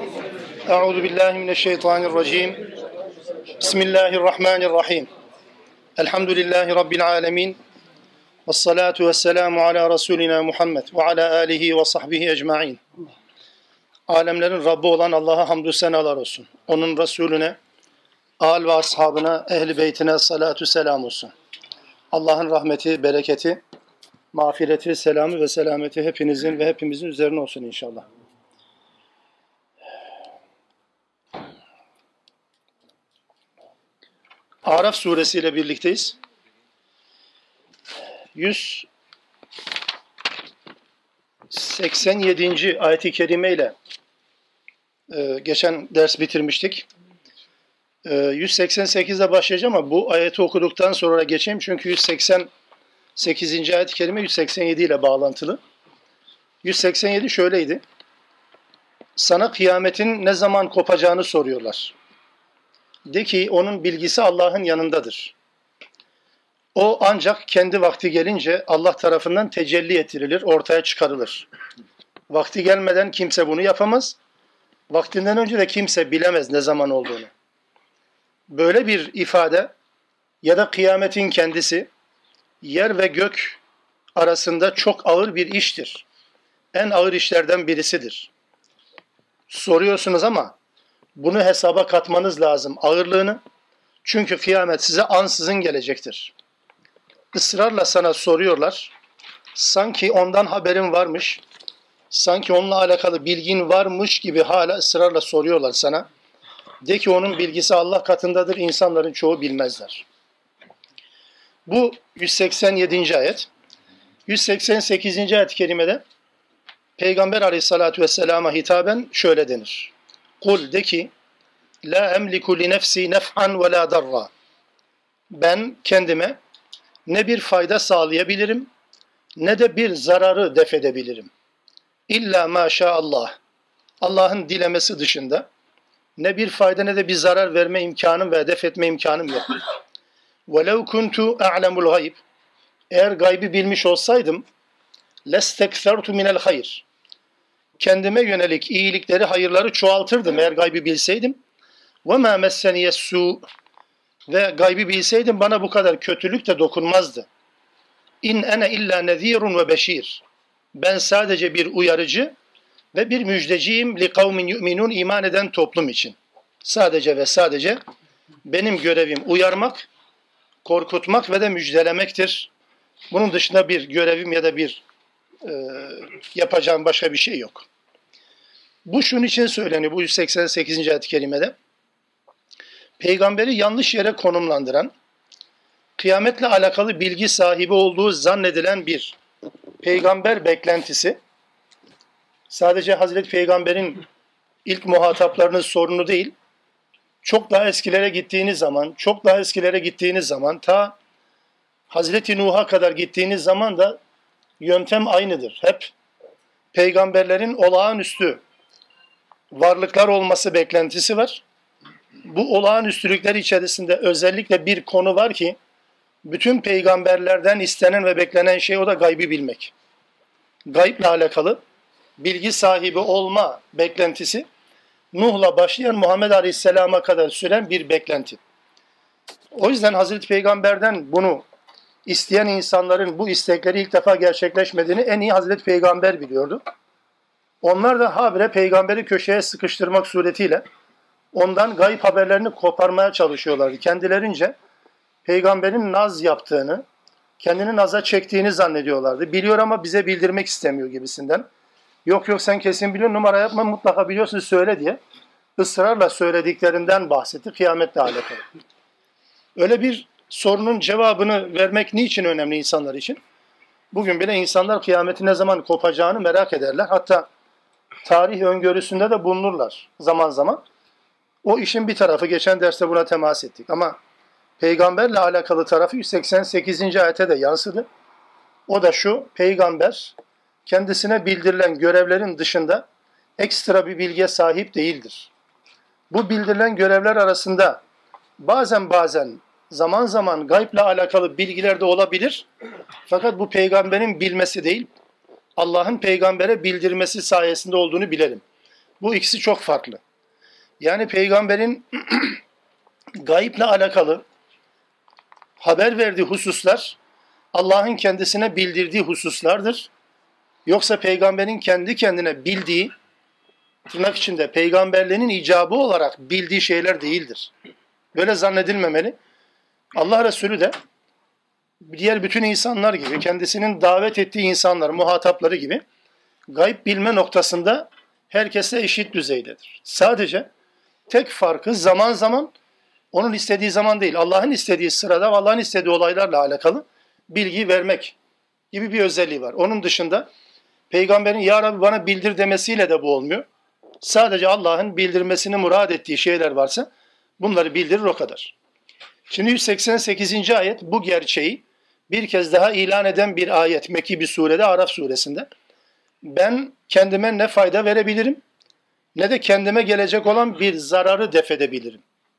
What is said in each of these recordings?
Euzu billahi mineşşeytanirracim. Bismillahirrahmanirrahim. Elhamdülillahi rabbil alamin. Ves salatu vesselamu ala rasulina Muhammed ve ala alihi ve sahbihi ecmaîn. Alemlerin Rabbi olan Allah'a hamdü senalar olsun. Onun Resulüne, âl ve ashabına, ehli beytine salatu selam olsun. Allah'ın rahmeti, bereketi, mağfireti, selamı ve selameti hepinizin ve hepimizin üzerine olsun inşallah. Araf suresi ile birlikteyiz. 187. ayet-i kerime ile geçen ders bitirmiştik. 188'de başlayacağım ama bu ayeti okuduktan sonra geçeyim. Çünkü 188. ayet-i kerime 187 ile bağlantılı. 187 şöyleydi. Sana kıyametin ne zaman kopacağını soruyorlar. De ki onun bilgisi Allah'ın yanındadır. O ancak kendi vakti gelince Allah tarafından tecelli ettirilir, ortaya çıkarılır. Vakti gelmeden kimse bunu yapamaz. Vaktinden önce de kimse bilemez ne zaman olduğunu. Böyle bir ifade ya da kıyametin kendisi yer ve gök arasında çok ağır bir iştir. En ağır işlerden birisidir. Soruyorsunuz ama bunu hesaba katmanız lazım ağırlığını. Çünkü kıyamet size ansızın gelecektir. Israrla sana soruyorlar. Sanki ondan haberin varmış, sanki onunla alakalı bilgin varmış gibi hala ısrarla soruyorlar sana. De ki onun bilgisi Allah katındadır, insanların çoğu bilmezler. Bu 187. ayet. 188. ayet-i kerimede Peygamber aleyhissalatu vesselama hitaben şöyle denir. Kul de ki, la emliku li nefsi nef'an ve la darra. Ben kendime ne bir fayda sağlayabilirim, ne de bir zararı def edebilirim. İlla maşallah. Allah'ın dilemesi dışında ne bir fayda ne de bir zarar verme imkanım ve def etme imkanım yok. وَلَوْ كُنْتُ أَعْلَمُ الْغَيْبِ. Eğer gaybı bilmiş olsaydım, لَسْتَكْثَرْتُ مِنَ الْخَيْرِ. Kendime yönelik iyilikleri, hayırları çoğaltırdım eğer gaybı bilseydim. وَمَا مَسَّنِيَ السُّوءِ. Ve gaybı bilseydim bana bu kadar kötülük de dokunmazdı. İn ene illa nezirun ve beşir. Ben sadece bir uyarıcı ve bir müjdeciyim li kavmin yu'minun, iman eden toplum için. Sadece ve sadece benim görevim uyarmak, korkutmak ve de müjdelemektir. Bunun dışında bir görevim ya da bir yapacağım başka bir şey yok. Bu şunun için söyleniyor bu 188. ayet-i kerimede. Peygamberi yanlış yere konumlandıran, kıyametle alakalı bilgi sahibi olduğu zannedilen bir peygamber beklentisi, sadece Hazreti Peygamber'in ilk muhataplarının sorunu değil, çok daha eskilere gittiğiniz zaman, ta Hazreti Nuh'a kadar gittiğiniz zaman da yöntem aynıdır. Hep peygamberlerin olağanüstü varlıklar olması beklentisi var. Bu olağanüstülükler içerisinde özellikle bir konu var ki, bütün peygamberlerden istenen ve beklenen şey o da gaybı bilmek. Gayble alakalı bilgi sahibi olma beklentisi, Nuh'la başlayan Muhammed Aleyhisselam'a kadar süren bir beklenti. O yüzden Hazreti Peygamber'den bunu isteyen insanların bu istekleri ilk defa gerçekleşmediğini en iyi Hazreti Peygamber biliyordu. Onlar da habire peygamberi köşeye sıkıştırmak suretiyle ondan gayb haberlerini koparmaya çalışıyorlardı. Kendilerince peygamberin naz yaptığını, kendini naza çektiğini zannediyorlardı. Biliyor ama bize bildirmek istemiyor gibisinden. Yok sen kesin biliyorsun, numara yapma, mutlaka biliyorsun, söyle diye ısrarla söylediklerinden bahsetti kıyametle alakalı. Öyle bir sorunun cevabını vermek niçin önemli insanlar için? Bugün bile insanlar kıyametin ne zaman kopacağını merak ederler. Hatta tarih öngörüsünde de bulunurlar zaman zaman. O işin bir tarafı, geçen derste buna temas ettik. Ama peygamberle alakalı tarafı 188. ayete de yansıdı. O da şu: peygamber kendisine bildirilen görevlerin dışında ekstra bir bilgiye sahip değildir. Bu bildirilen görevler arasında bazen zaman zaman gayble alakalı bilgiler de olabilir. Fakat bu peygamberin bilmesi değil, Allah'ın peygambere bildirmesi sayesinde olduğunu bilelim. Bu ikisi çok farklı. Yani peygamberin gayble alakalı haber verdiği hususlar Allah'ın kendisine bildirdiği hususlardır. Yoksa peygamberin kendi kendine bildiği, tırnak içinde peygamberliğinin icabı olarak bildiği şeyler değildir. Böyle zannedilmemeli. Allah Resulü de diğer bütün insanlar gibi, kendisinin davet ettiği insanlar, muhatapları gibi gayb bilme noktasında herkese eşit düzeydedir. Sadece tek farkı zaman zaman onun istediği zaman değil, Allah'ın istediği sırada, Allah'ın istediği olaylarla alakalı bilgi vermek gibi bir özelliği var. Onun dışında peygamberin "Ya Rabbi bana bildir" demesiyle de bu olmuyor. Sadece Allah'ın bildirmesini murad ettiği şeyler varsa bunları bildirir, o kadar. Şimdi 188. ayet bu gerçeği bir kez daha ilan eden bir ayet. Mekki bir surede, Araf suresinde. Ben kendime ne fayda verebilirim ne de kendime gelecek olan bir zararı def edebilirim.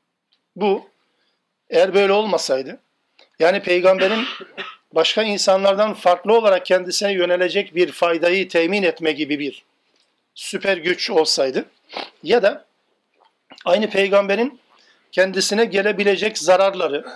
Bu eğer böyle olmasaydı, yani peygamberin başka insanlardan farklı olarak kendisine yönelecek bir faydayı temin etme gibi bir süper güç olsaydı ya da aynı peygamberin kendisine gelebilecek zararları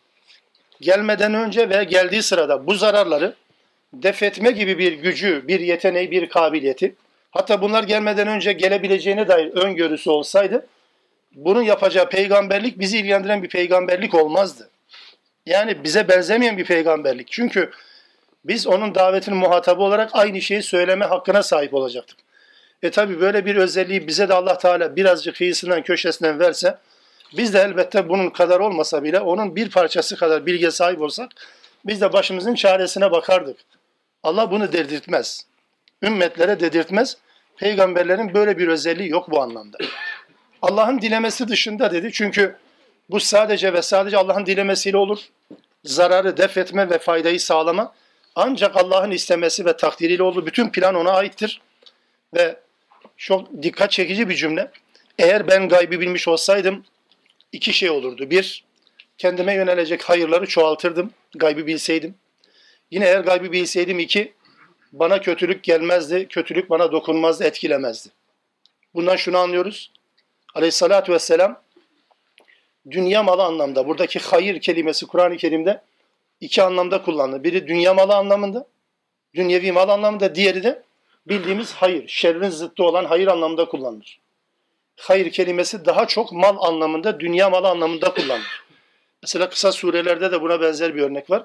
gelmeden önce ve geldiği sırada bu zararları def etme gibi bir gücü, bir yeteneği, bir kabiliyeti, hatta bunlar gelmeden önce gelebileceğine dair öngörüsü olsaydı, bunun yapacağı peygamberlik bizi ilgilendiren bir peygamberlik olmazdı. Yani bize benzemeyen bir peygamberlik. Çünkü biz onun davetinin muhatabı olarak aynı şeyi söyleme hakkına sahip olacaktık. Tabi böyle bir özelliği bize de Allah Teala birazcık kıyısından köşesinden verse, biz de elbette bunun kadar olmasa bile onun bir parçası kadar bilgiye sahip olsak, biz de başımızın çaresine bakardık. Allah bunu dedirtmez. Ümmetlere dedirtmez. Peygamberlerin böyle bir özelliği yok bu anlamda. Allah'ın dilemesi dışında dedi. Çünkü bu sadece ve sadece Allah'ın dilemesiyle olur. Zararı def etme ve faydayı sağlama ancak Allah'ın istemesi ve takdiriyle olur. Bütün plan ona aittir. Ve çok dikkat çekici bir cümle. Eğer ben gaybı bilmiş olsaydım iki şey olurdu. Bir, kendime yönelecek hayırları çoğaltırdım. Gaybı bilseydim. Yine eğer gaybı bilseydim, iki, bana kötülük gelmezdi. Kötülük bana dokunmazdı, etkilemezdi. Bundan şunu anlıyoruz. Aleyhissalatü vesselam dünya malı anlamda, buradaki hayır kelimesi Kur'an-ı Kerim'de iki anlamda kullanılır. Biri dünya malı anlamında, dünyevi mal anlamında, diğeri de bildiğimiz hayır, şerrin zıttı olan hayır anlamında kullanılır. Hayır kelimesi daha çok mal anlamında, dünya malı anlamında kullanılır. Mesela kısa surelerde de buna benzer bir örnek var.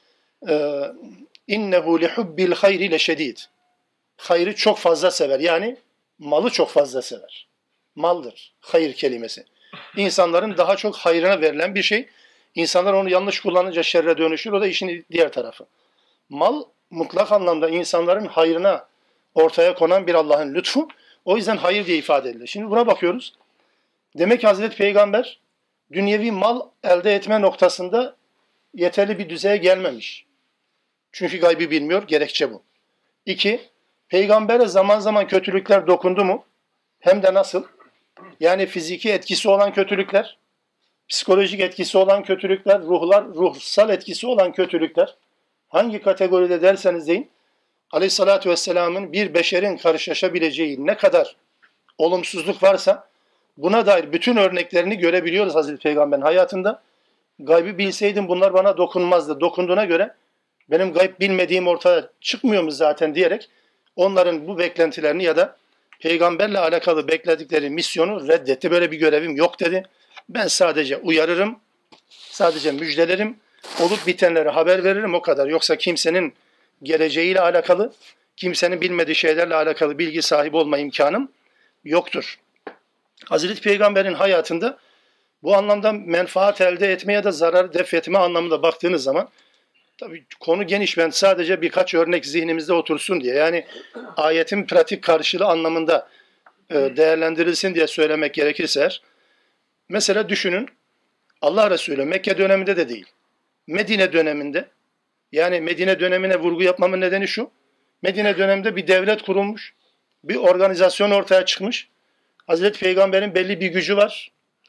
İnnehu lihubbil hayri leşedid. Hayrı çok fazla sever. Yani malı çok fazla sever. Maldır hayır kelimesi. İnsanların daha çok hayrına verilen bir şey. İnsanlar onu yanlış kullanınca şerre dönüşür. O da işin diğer tarafı. Mal mutlak anlamda insanların hayrına ortaya konan bir Allah'ın lütfu. O yüzden hayır diye ifade edilir. Şimdi buna bakıyoruz. Demek ki Hazreti Peygamber dünyevi mal elde etme noktasında yeterli bir düzeye gelmemiş. Çünkü gaybı bilmiyor. Gerekçe bu. İki, peygambere zaman zaman kötülükler dokundu mu? Hem de nasıl? Yani fiziki etkisi olan kötülükler, psikolojik etkisi olan kötülükler, ruhsal etkisi olan kötülükler. Hangi kategoride derseniz deyin, Aleyhissalatü vesselamın bir beşerin karşılaşabileceği ne kadar olumsuzluk varsa buna dair bütün örneklerini görebiliyoruz Hazreti Peygamber'in hayatında. Gaybı bilseydim bunlar bana dokunmazdı. Dokunduğuna göre benim gayb bilmediğim ortaya çıkmıyor mu zaten diyerek onların bu beklentilerini ya da peygamberle alakalı bekledikleri misyonu reddetti. Böyle bir görevim yok dedi. Ben sadece uyarırım, sadece müjdelerim, olup bitenlere haber veririm, o kadar. Yoksa kimsenin geleceğiyle alakalı, kimsenin bilmediği şeylerle alakalı bilgi sahibi olma imkanım yoktur. Hazreti Peygamber'in hayatında bu anlamda menfaat elde etme ya da zarar def etme anlamında baktığınız zaman, tabii konu geniş, ben sadece birkaç örnek zihnimizde otursun diye, yani ayetin pratik karşılığı anlamında değerlendirilsin diye söylemek gerekirse eğer, mesela düşünün, Allah Resulü Mekke döneminde de değil, Medine döneminde, yani Medine dönemine vurgu yapmamın nedeni şu, Medine döneminde bir devlet kurulmuş, bir organizasyon ortaya çıkmış, Hazreti Peygamber'in belli bir gücü var,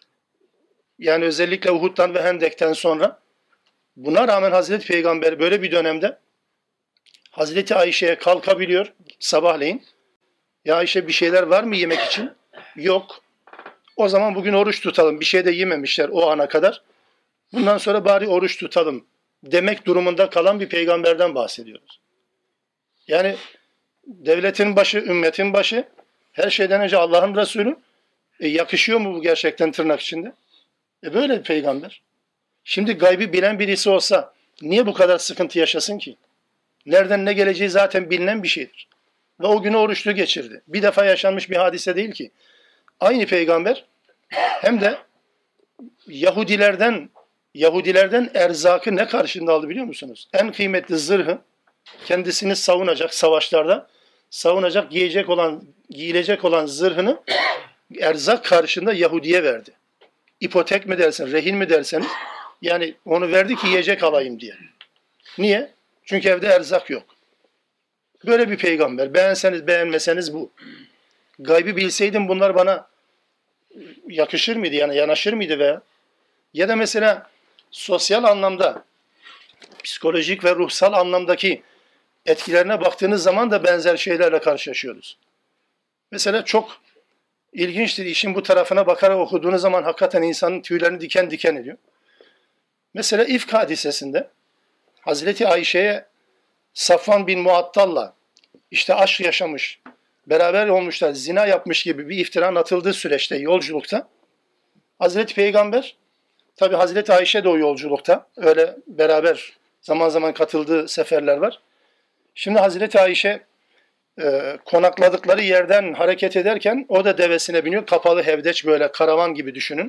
yani özellikle Uhud'dan ve Hendek'ten sonra. Buna rağmen Hazreti Peygamber böyle bir dönemde Hazreti Ayşe'ye kalkabiliyor sabahleyin. Ya Ayşe, bir şeyler var mı yemek için? Yok. O zaman bugün oruç tutalım. Bir şey de yememişler o ana kadar. Bundan sonra bari oruç tutalım demek durumunda kalan bir peygamberden bahsediyoruz. Yani devletin başı, ümmetin başı, her şeyden önce Allah'ın Resulü. Yakışıyor mu bu gerçekten tırnak içinde? Böyle bir peygamber. Şimdi gaybi bilen birisi olsa niye bu kadar sıkıntı yaşasın ki? Nereden ne geleceği zaten bilinen bir şeydir. Ve o günü oruçlu geçirdi. Bir defa yaşanmış bir hadise değil ki. Aynı peygamber hem de Yahudilerden erzakı ne karşında aldı biliyor musunuz? En kıymetli zırhı, kendisini savunacak savaşlarda, savunacak giyilecek olan zırhını erzak karşında Yahudi'ye verdi. İpotek mi dersin, rehin mi derseniz, yani onu verdi ki yiyecek alayım diye. Niye? Çünkü evde erzak yok. Böyle bir peygamber. Beğenseniz beğenmeseniz bu. Gaybı bilseydim bunlar bana yakışır mıydı, yani yanaşır mıydı veya? Ya da mesela sosyal anlamda, psikolojik ve ruhsal anlamdaki etkilerine baktığınız zaman da benzer şeylerle karşılaşıyoruz. Mesela çok ilginçtir. İşin bu tarafına bakarak okuduğunuz zaman hakikaten insanın tüylerini diken diken ediyor. Mesela İfk hadisesinde Hazreti Ayşe'ye Safvan bin Muattal'la işte aşk yaşamış, beraber olmuşlar, zina yapmış gibi bir iftira atıldığı süreçte, yolculukta Hazreti Peygamber, tabi Hazreti Ayşe de o yolculukta, öyle beraber zaman zaman katıldığı seferler var. Şimdi Hazreti Ayşe konakladıkları yerden hareket ederken o da devesine biniyor. Kapalı hevdeç, böyle karavan gibi düşünün.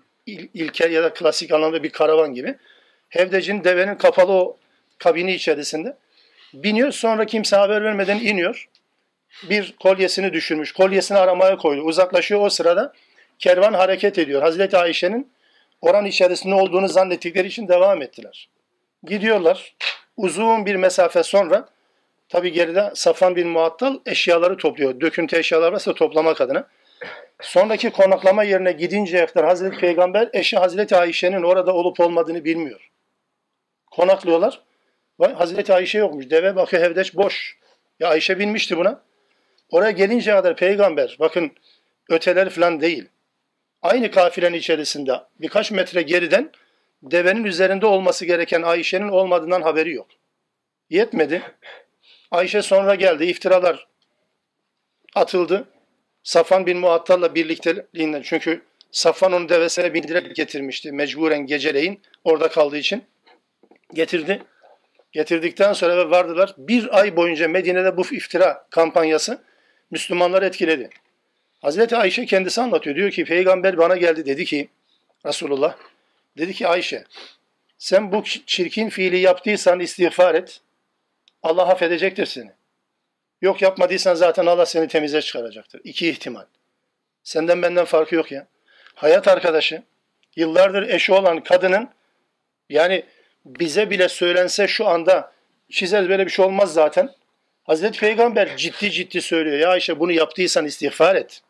İlkel ya da klasik anlamda bir karavan gibi. Hevdecin, devenin kapalı o kabini içerisinde. Biniyor, sonra kimse haber vermeden iniyor. Bir kolyesini düşürmüş. Kolyesini aramaya koydu. Uzaklaşıyor, o sırada kervan hareket ediyor. Hazreti Ayşe'nin oranın içerisinde olduğunu zannettikleri için devam ettiler. Gidiyorlar. Uzun bir mesafe sonra tabi geride Safvan bin Muattal eşyaları topluyor. Döküntü eşyalar varsa toplamak adına. Sonraki konaklama yerine gidinceye kadar Hazreti Peygamber eşi Hazreti Ayşe'nin orada olup olmadığını bilmiyor. Konaklıyorlar. Hazreti Ayşe yokmuş. Deve bakıyor, hevdeç boş. Ya Ayşe binmişti buna. Oraya gelinceye kadar peygamber, bakın öteler falan değil, aynı kafilenin içerisinde birkaç metre geriden devenin üzerinde olması gereken Ayşe'nin olmadığından haberi yok. Yetmedi. Ayşe sonra geldi. İftiralar atıldı. Safvan bin Muattal'la birlikteliğinden. Çünkü Safvan onu devesine bindirerek getirmişti. Mecburen geceleyin orada kaldığı için. Getirdi. Getirdikten sonra eve vardılar. Bir ay boyunca Medine'de bu iftira kampanyası Müslümanları etkiledi. Hazreti Ayşe kendisi anlatıyor. Diyor ki peygamber bana geldi, dedi ki Resulullah, dedi ki Ayşe, sen bu çirkin fiili yaptıysan istiğfar et. Allah affedecektir seni. Yok, yapmadıysan zaten Allah seni temize çıkaracaktır. İki ihtimal. Senden benden farkı yok ya. Hayat arkadaşı, yıllardır eşi olan kadının, yani bize bile söylense şu anda çizer, böyle bir şey olmaz zaten. Hazreti Peygamber ciddi ciddi söylüyor. Ya Ayşe, bunu yaptıysan istiğfar et.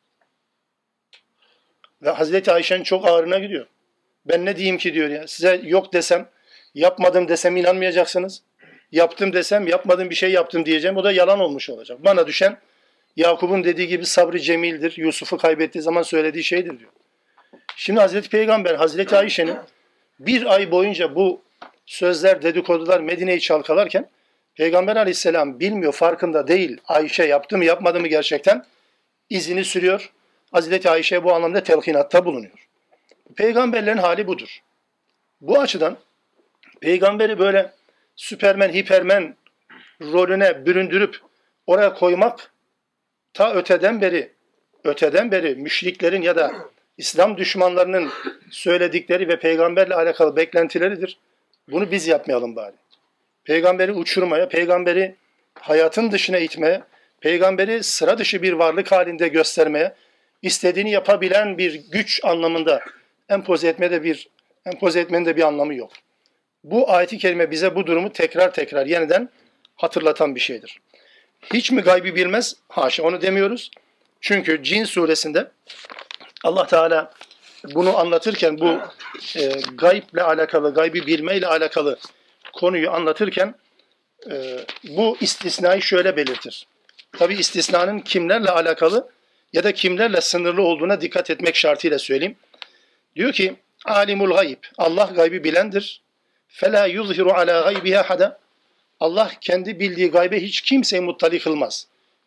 Ve Hazreti Ayşe'nin çok ağrına gidiyor. Ben ne diyeyim ki diyor ya. Size yok desem, yapmadım desem inanmayacaksınız. Yaptım desem, yapmadığım bir şey yaptım diyeceğim. O da yalan olmuş olacak. Bana düşen Yakup'un dediği gibi sabrı cemildir. Yusuf'u kaybettiği zaman söylediği şeydir diyor. Şimdi Hazreti Peygamber, Hazreti Ayşe'nin bir ay boyunca bu sözler, dedikodular Medine'yi çalkalarken Peygamber Aleyhisselam bilmiyor, farkında değil. Ayşe yaptı mı yapmadı mı gerçekten izini sürüyor. Hazreti Ayşe bu anlamda telkinatta bulunuyor. Peygamberlerin hali budur. Bu açıdan peygamberi böyle Süpermen, Hipermen rolüne büründürüp oraya koymak ta öteden beri müşriklerin ya da İslam düşmanlarının söyledikleri ve peygamberle alakalı beklentileridir. Bunu biz yapmayalım bari. Peygamberi uçurmaya, peygamberi hayatın dışına itmeye, peygamberi sıra dışı bir varlık halinde göstermeye, istediğini yapabilen bir güç anlamında empoze etmenin de bir anlamı yok. Bu ayet-i kerime bize bu durumu tekrar tekrar yeniden hatırlatan bir şeydir. Hiç mi gaybi bilmez? Haşa, onu demiyoruz. Çünkü Cin suresinde Allah Teala bunu anlatırken, bu gayble alakalı, gaybi bilmeyle alakalı konuyu anlatırken bu istisnayı şöyle belirtir. Tabi istisnanın kimlerle alakalı, ya da kimlerle sınırlı olduğuna dikkat etmek şartıyla söyleyeyim. Diyor ki alimul gayb. Allah gaybı bilendir. Fela yuzhiru ala gaybihi ahada. Allah kendi bildiği gaybe hiç kimseyi muttali kılmaz.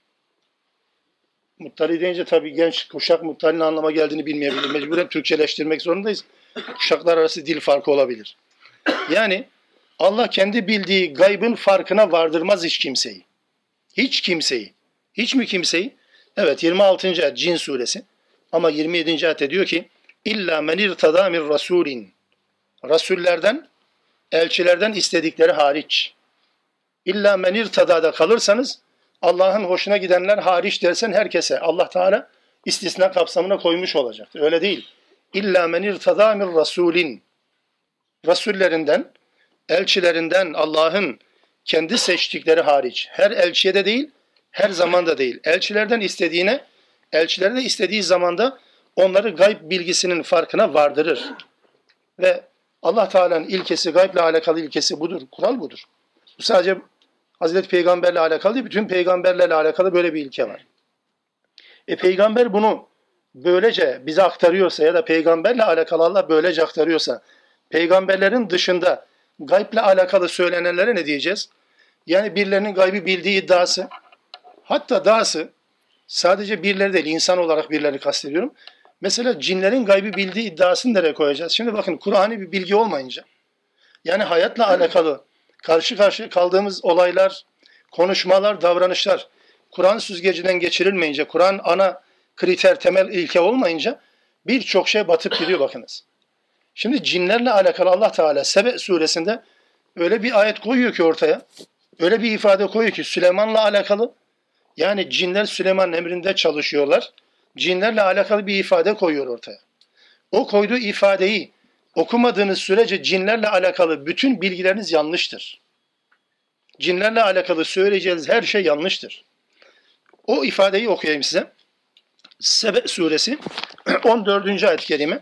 Muttali deyince tabii genç kuşak muttalinin anlama geldiğini bilmeyebilir. Mecburen Türkçeleştirmek zorundayız. Kuşaklar arası dil farkı olabilir. Yani Allah kendi bildiği gaybın farkına vardırmaz hiç kimseyi. Hiç kimseyi. Hiç mi kimseyi? Evet 26. ayet Cin suresi. Ama 27. ayette diyor ki İlla men irtada min rasulin. Rasullerden, elçilerden istedikleri hariç. İlla men irtada'da kalırsanız Allah'ın hoşuna gidenler hariç dersen herkese Allah Teala istisna kapsamına koymuş olacaktır. Öyle değil. İlla men irtada min rasulin. Rasullerinden, elçilerinden Allah'ın kendi seçtikleri hariç. Her elçiye de değil, her zamanda değil. Elçilerden istediğine, elçilerde istediği zamanda onları gayb bilgisinin farkına vardırır. Ve Allah Teala'nın ilkesi, gayble alakalı ilkesi budur, kural budur. Bu sadece Hazreti Peygamberle alakalı değil, bütün peygamberlerle alakalı böyle bir ilke var. Peygamber bunu böylece bize aktarıyorsa ya da peygamberle alakalı Allah böylece aktarıyorsa, peygamberlerin dışında gayble alakalı söylenenlere ne diyeceğiz? Yani birilerinin gaybı bildiği iddiası, hatta dahası sadece birileri değil, insan olarak birilerini kastediyorum. Mesela cinlerin gaybı bildiği iddiasını nereye koyacağız? Şimdi bakın Kur'an'ı bir bilgi olmayınca, yani hayatla alakalı karşı karşıya kaldığımız olaylar, konuşmalar, davranışlar Kur'an süzgecinden geçirilmeyince, Kur'an ana kriter, temel ilke olmayınca birçok şey batıp gidiyor bakınız. Şimdi cinlerle alakalı Allah Teala Sebe suresinde öyle bir ayet koyuyor ki ortaya, öyle bir ifade koyuyor ki Süleyman'la alakalı, yani cinler Süleyman'ın emrinde çalışıyorlar. Cinlerle alakalı bir ifade koyuyor ortaya. O koyduğu ifadeyi okumadığınız sürece cinlerle alakalı bütün bilgileriniz yanlıştır. Cinlerle alakalı söyleyeceğiniz her şey yanlıştır. O ifadeyi okuyayım size. Sebe suresi 14. ayet-i kerime.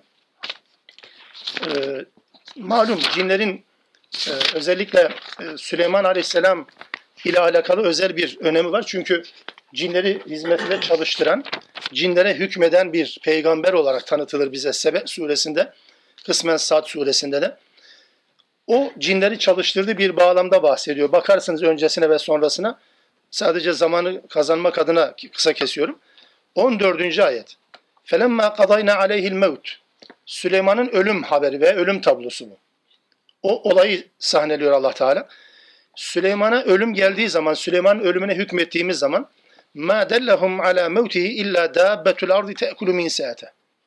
Malum cinlerin özellikle Süleyman Aleyhisselam ile alakalı özel bir önemi var. Çünkü cinleri hizmetine çalıştıran, cinlere hükmeden bir peygamber olarak tanıtılır bize Sebe suresinde, kısmen Sad suresinde de. O cinleri çalıştırdığı bir bağlamda bahsediyor. Bakarsınız öncesine ve sonrasına, sadece zamanı kazanmak adına kısa kesiyorum. 14. ayet. فَلَمَّا قَضَيْنَا عَلَيْهِ الْمَوْتِ Süleyman'ın ölüm haberi ve ölüm tablosu bu. O olayı sahneliyor Allah Teala. Süleyman'a ölüm geldiği zaman, Süleyman'ın ölümüne hükmettiğimiz zaman مَا دَلَّهُمْ عَلَى مَوْتِهِ اِلَّا دَابَّةُ الْاَرْضِ تَأْكُلُ مِنْ سَاَةَ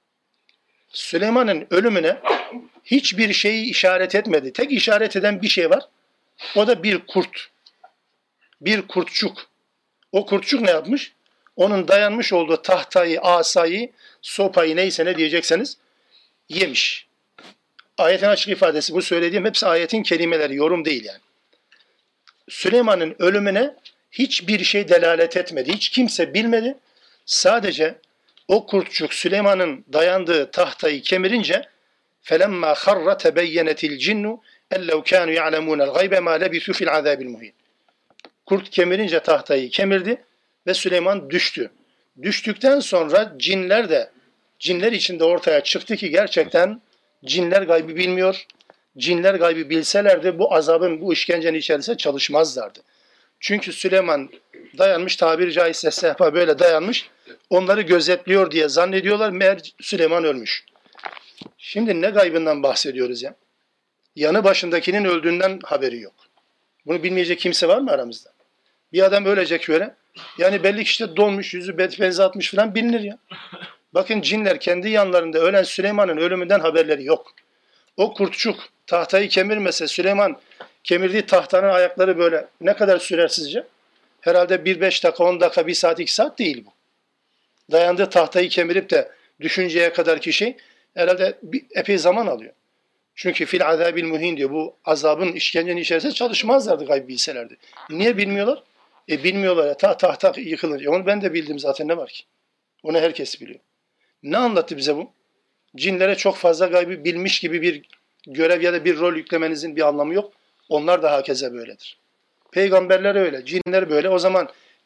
Süleyman'ın ölümüne hiçbir şeyi işaret etmedi. Tek işaret eden bir şey var. O da bir kurt. Bir kurtçuk. O kurtçuk ne yapmış? Onun dayanmış olduğu tahtayı, asayı, sopayı neyse ne diyecekseniz yemiş. Ayetin açık ifadesi, bu söylediğim hepsi ayetin kelimeleri, yorum değil yani. Süleyman'ın ölümüne hiçbir şey delalet etmedi. Hiç kimse bilmedi. Sadece o kurtçuk Süleyman'ın dayandığı tahtayı kemirince فَلَمَّا خَرَّ تَبَيَّنَتِ الْجِنُّ اَلَّوْ كَانُوا يَعْلَمُونَ الْغَيْبَ مَا لَبِثُوا فِي الْعَذَابِ الْمُهِينِ Kurt kemirince tahtayı kemirdi ve Süleyman düştü. Düştükten sonra cinler içinde ortaya çıktı ki gerçekten cinler gaybı bilmiyor. Cinler gaybı bilselerdi bu azabın, bu işkencenin içerisinde çalışmazlardı. Çünkü Süleyman dayanmış, tabiri caizse sehpa böyle dayanmış, onları gözetliyor diye zannediyorlar. Meğer Süleyman ölmüş. Şimdi ne gaybından bahsediyoruz ya? Yanı başındakinin öldüğünden haberi yok. Bunu bilmeyecek kimse var mı aramızda? Bir adam ölecek şöyle. Yani belli ki işte donmuş, yüzü benzi atmış falan bilinir ya. Bakın cinler kendi yanlarında ölen Süleyman'ın ölümünden haberleri yok. O kurtçuk tahtayı kemirmese, Süleyman kemirdiği tahtanın ayakları böyle ne kadar sürer sizce? Herhalde 1-5 dakika, 10 dakika, 1 saat, 2 saat değil bu. Dayandığı tahtayı kemirip de düşünceye kadarki şey herhalde epey zaman alıyor. Çünkü fil azabil muhin diyor. Bu azabın, işkencenin içerisinde çalışmazlardı gayb bilselerdi. Niye bilmiyorlar? Bilmiyorlar ya. Tahta yıkılır. Onu ben de bildim zaten, ne var ki? Onu herkes biliyor. Ne anlattı bize bu? Cinlere çok fazla gaybı bilmiş gibi bir görev ya da bir rol yüklemenizin bir anlamı yok. Onlar da hakeza böyledir. Peygamberler öyle, cinler böyle. O zaman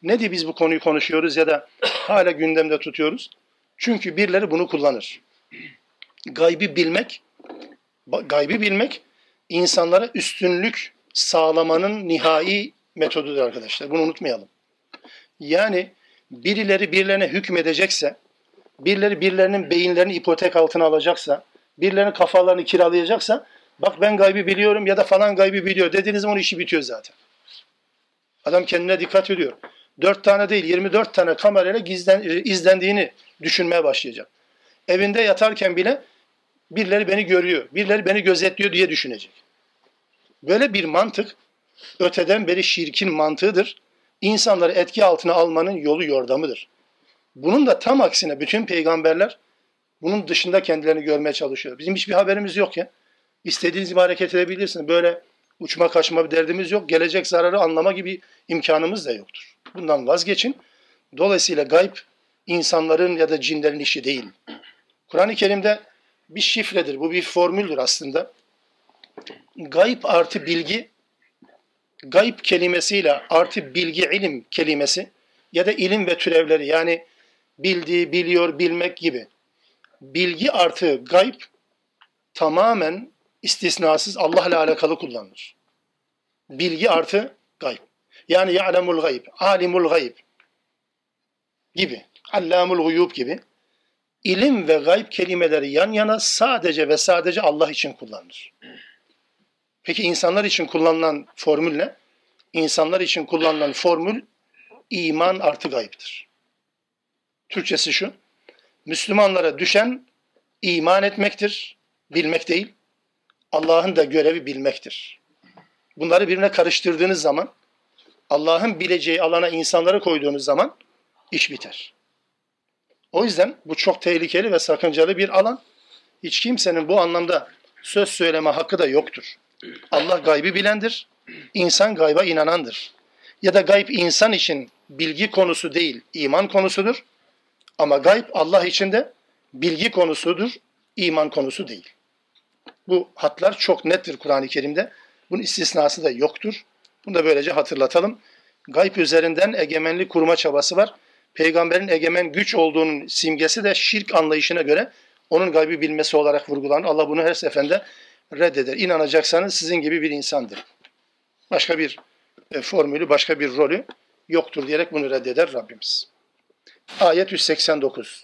Ne diye biz bu konuyu konuşuyoruz ya da hala gündemde tutuyoruz? Çünkü birileri bunu kullanır. Gaybi bilmek insanlara üstünlük sağlamanın nihai metodudur arkadaşlar. Bunu unutmayalım. Yani birileri birilerine hükmedecekse, birileri birilerinin beyinlerini ipotek altına alacaksa, birilerinin kafalarını kiralayacaksa, bak ben gaybi biliyorum ya da falan gaybi biliyor dediğiniz zaman işi bitiyor zaten. Adam kendine dikkat ediyor. 4 tane değil 24 tane kamerayla izlendiğini düşünmeye başlayacak. Evinde yatarken bile birileri beni görüyor, birileri beni gözetliyor diye düşünecek. Böyle bir mantık öteden beri şirkin mantığıdır. İnsanları etki altına almanın yolu yordamıdır. Bunun da tam aksine bütün peygamberler bunun dışında kendilerini görmeye çalışıyor. Bizim hiçbir haberimiz yok ya. İstediğiniz gibi hareket edebilirsiniz. Böyle uçma kaçma bir derdimiz yok. Gelecek zararı anlama gibi imkanımız da yoktur. Bundan vazgeçin. Dolayısıyla gayb insanların ya da cinlerin işi değil. Kur'an-ı Kerim'de bir şifredir. Bu bir formüldür aslında. Gayb artı bilgi, gayb kelimesiyle artı bilgi, ilim kelimesi ya da ilim ve türevleri yani bildiği, biliyor, bilmek gibi. Bilgi artı gayb tamamen istisnasız Allah'la alakalı kullanılır. Bilgi artı gayb. Yani ya'lemul gayb, alimul gayb gibi, allamul guyub gibi. İlim ve gayb kelimeleri yan yana sadece ve sadece Allah için kullanılır. Peki insanlar için kullanılan formül ne? İnsanlar için kullanılan formül iman artı gaybdır. Türkçesi şu, Müslümanlara düşen iman etmektir, bilmek değil. Allah'ın da görevi bilmektir. Bunları birbirine karıştırdığınız zaman, Allah'ın bileceği alana insanları koyduğunuz zaman iş biter. O yüzden bu çok tehlikeli ve sakıncalı bir alan. Hiç kimsenin bu anlamda söz söyleme hakkı da yoktur. Allah gaybi bilendir, insan gayba inanandır. Ya da gayb insan için bilgi konusu değil, iman konusudur. Ama gayb Allah için de bilgi konusudur, iman konusu değil. Bu hatlar çok nettir Kur'an-ı Kerim'de. Bunun istisnası da yoktur. Bunu da böylece hatırlatalım. Gayb üzerinden egemenlik kurma çabası var. Peygamberin egemen güç olduğunun simgesi de şirk anlayışına göre onun gaybi bilmesi olarak vurgulanır. Allah bunu her seferinde reddeder. İnanacaksanız sizin gibi bir insandır. Başka bir formülü, başka bir rolü yoktur diyerek bunu reddeder Rabbimiz. Ayet 189.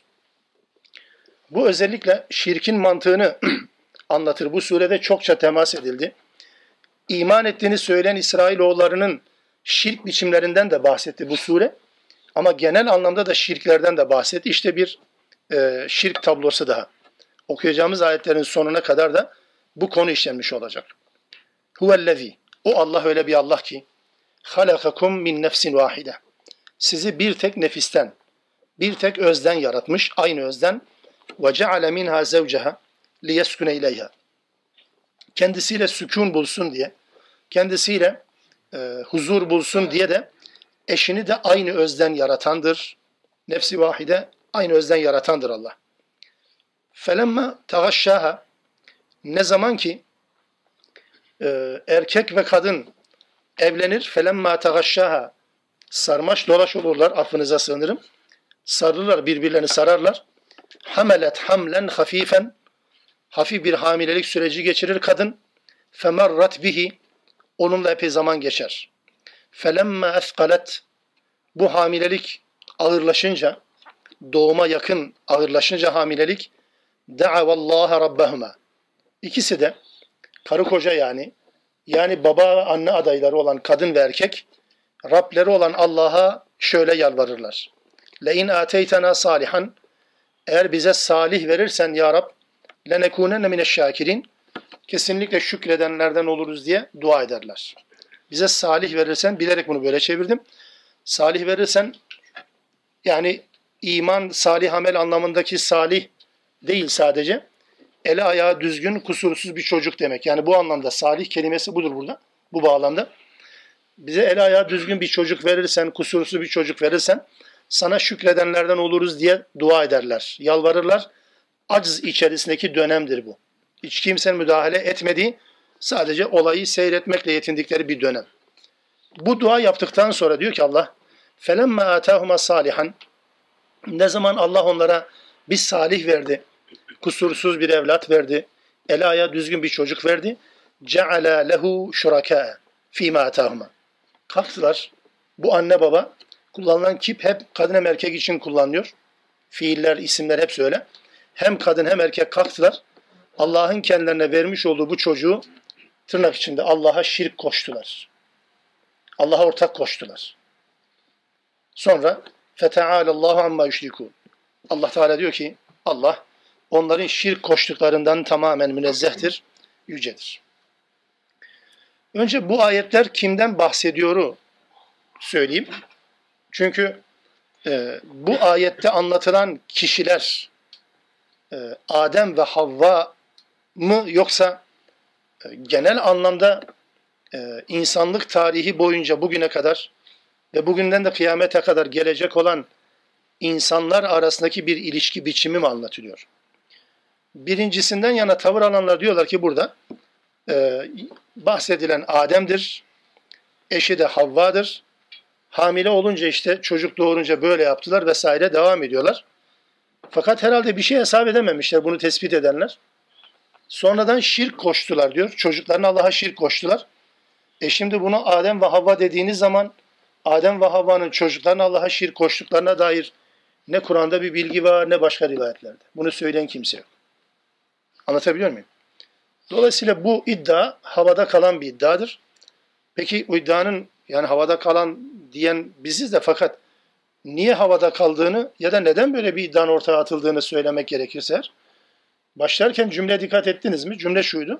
Bu özellikle şirkin mantığını anlatır. Bu surede çokça temas edildi. İman ettiğini söyleyen İsrailoğullarının şirk biçimlerinden de bahsetti bu sure. Ama genel anlamda da şirklerden de bahsetti. İşte bir şirk tablosu daha. Okuyacağımız ayetlerin sonuna kadar da bu konu işlenmiş olacak. Huvellezî. O Allah öyle bir Allah ki halakakum min nefsin vahide. Sizi bir tek nefisten, bir tek özden yaratmış, aynı özden. Ve ceale minha zevceha liyeskune ileyha. Kendisiyle sükun bulsun diye, kendisiyle huzur bulsun diye de eşini de aynı özden yaratandır. Nefsi vahide aynı özden yaratandır Allah. Felemma tagaşşaha. Ne zaman ki erkek ve kadın evlenir, felemma tagaşşaha, sarmaş dolaş olurlar, affınıza sığınırım. Sarılırlar, birbirlerini sararlar. Hamelet hamlen hafifen, hafif bir hamilelik süreci geçirir kadın. Femarrat bihi, onunla epey zaman geçer. Felemma esqalet, bu hamilelik ağırlaşınca, doğuma yakın ağırlaşınca hamilelik, da'avallaha rabbahuma. İkisi de karı koca yani baba anne adayları olan kadın ve erkek Rableri olan Allah'a şöyle yalvarırlar. Le-in ateytena salihan, eğer bize salih verirsen ya Rab, lenekunenne mineşşakirin, kesinlikle şükredenlerden oluruz diye dua ederler. Bize salih verirsen, bilerek bunu böyle çevirdim. Salih verirsen yani iman, salih amel anlamındaki salih değil sadece. Eli ayağı düzgün, kusursuz bir çocuk demek. Yani bu anlamda salih kelimesi budur burada. Bu bağlamda. Bize eli ayağı düzgün bir çocuk verirsen, kusursuz bir çocuk verirsen sana şükredenlerden oluruz diye dua ederler. Yalvarırlar. Aciz içerisindeki dönemdir bu. Hiç kimsenin müdahale etmediği, sadece olayı seyretmekle yetindikleri bir dönem. Bu dua yaptıktan sonra diyor ki Allah, فَلَمَّا آتَاهُمَا صَالِحًا Ne zaman Allah onlara bir salih verdi, kusursuz bir evlat verdi, el ayağı düzgün bir çocuk verdi. جَعَلَا لَهُ شُرَكَاءَ ف۪ي مَا آتَاهُمَا Kalktılar. Bu anne baba, kullanılan kip hep kadın hem erkek için kullanılıyor. Fiiller, isimler hepsi öyle. Hem kadın hem erkek kalktılar. Allah'ın kendilerine vermiş olduğu bu çocuğu tırnak içinde Allah'a şirk koştular. Allah'a ortak koştular. Sonra فَتَعَالَ اللّٰهُ عَمَّا يُشْرِكُونَ Allah Teala diyor ki Allah onların şirk koştuklarından tamamen münezzehtir, yücedir. Önce bu ayetler kimden bahsediyoru söyleyeyim. Çünkü bu ayette anlatılan kişiler Adem ve Havva mı yoksa genel anlamda insanlık tarihi boyunca bugüne kadar ve bugünden de kıyamete kadar gelecek olan insanlar arasındaki bir ilişki biçimi mi anlatılıyor? Birincisinden yana tavır alanlar diyorlar ki burada bahsedilen Adem'dir, eşi de Havva'dır. Hamile olunca işte çocuk doğurunca böyle yaptılar vesaire devam ediyorlar. Fakat herhalde bir şey hesap edememişler bunu tespit edenler. Sonradan şirk koştular diyor. Çocuklarına Allah'a şirk koştular. Şimdi bunu Adem ve Havva dediğiniz zaman Adem ve Havva'nın çocuklarına Allah'a şirk koştuklarına dair ne Kur'an'da bir bilgi var ne başka rivayetlerde. Bunu söyleyen kimse yok. Anlatabiliyor muyum? Dolayısıyla bu iddia havada kalan bir iddiadır. Peki bu iddianın yani havada kalan diyen biziz de fakat niye havada kaldığını ya da neden böyle bir iddianın ortaya atıldığını söylemek gerekirse başlarken cümle dikkat ettiniz mi? Cümle şuydu.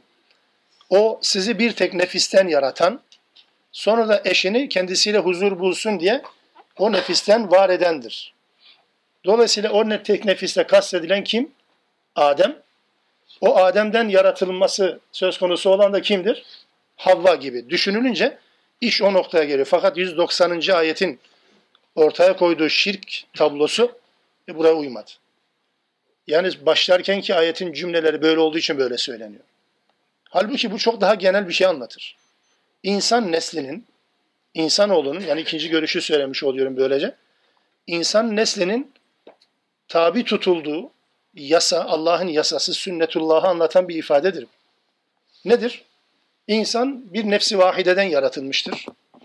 O sizi bir tek nefisten yaratan, sonra da eşini kendisiyle huzur bulsun diye o nefisten var edendir. Dolayısıyla o tek nefiste kastedilen kim? Adem. O Adem'den yaratılması söz konusu olan da kimdir? Havva gibi. Düşünülünce iş o noktaya geliyor. Fakat 190. ayetin ortaya koyduğu şirk tablosu buraya uymadı. Yani başlarkenki ayetin cümleleri böyle olduğu için böyle söyleniyor. Halbuki bu çok daha genel bir şey anlatır. İnsan neslinin, insanoğlunun yani ikinci görüşü söylemiş oluyorum böylece. İnsan neslinin tabi tutulduğu yasa, Allah'ın yasası, sünnetullah'ı anlatan bir ifadedir. Nedir? İnsan bir nefsi vahideden yaratılmıştır.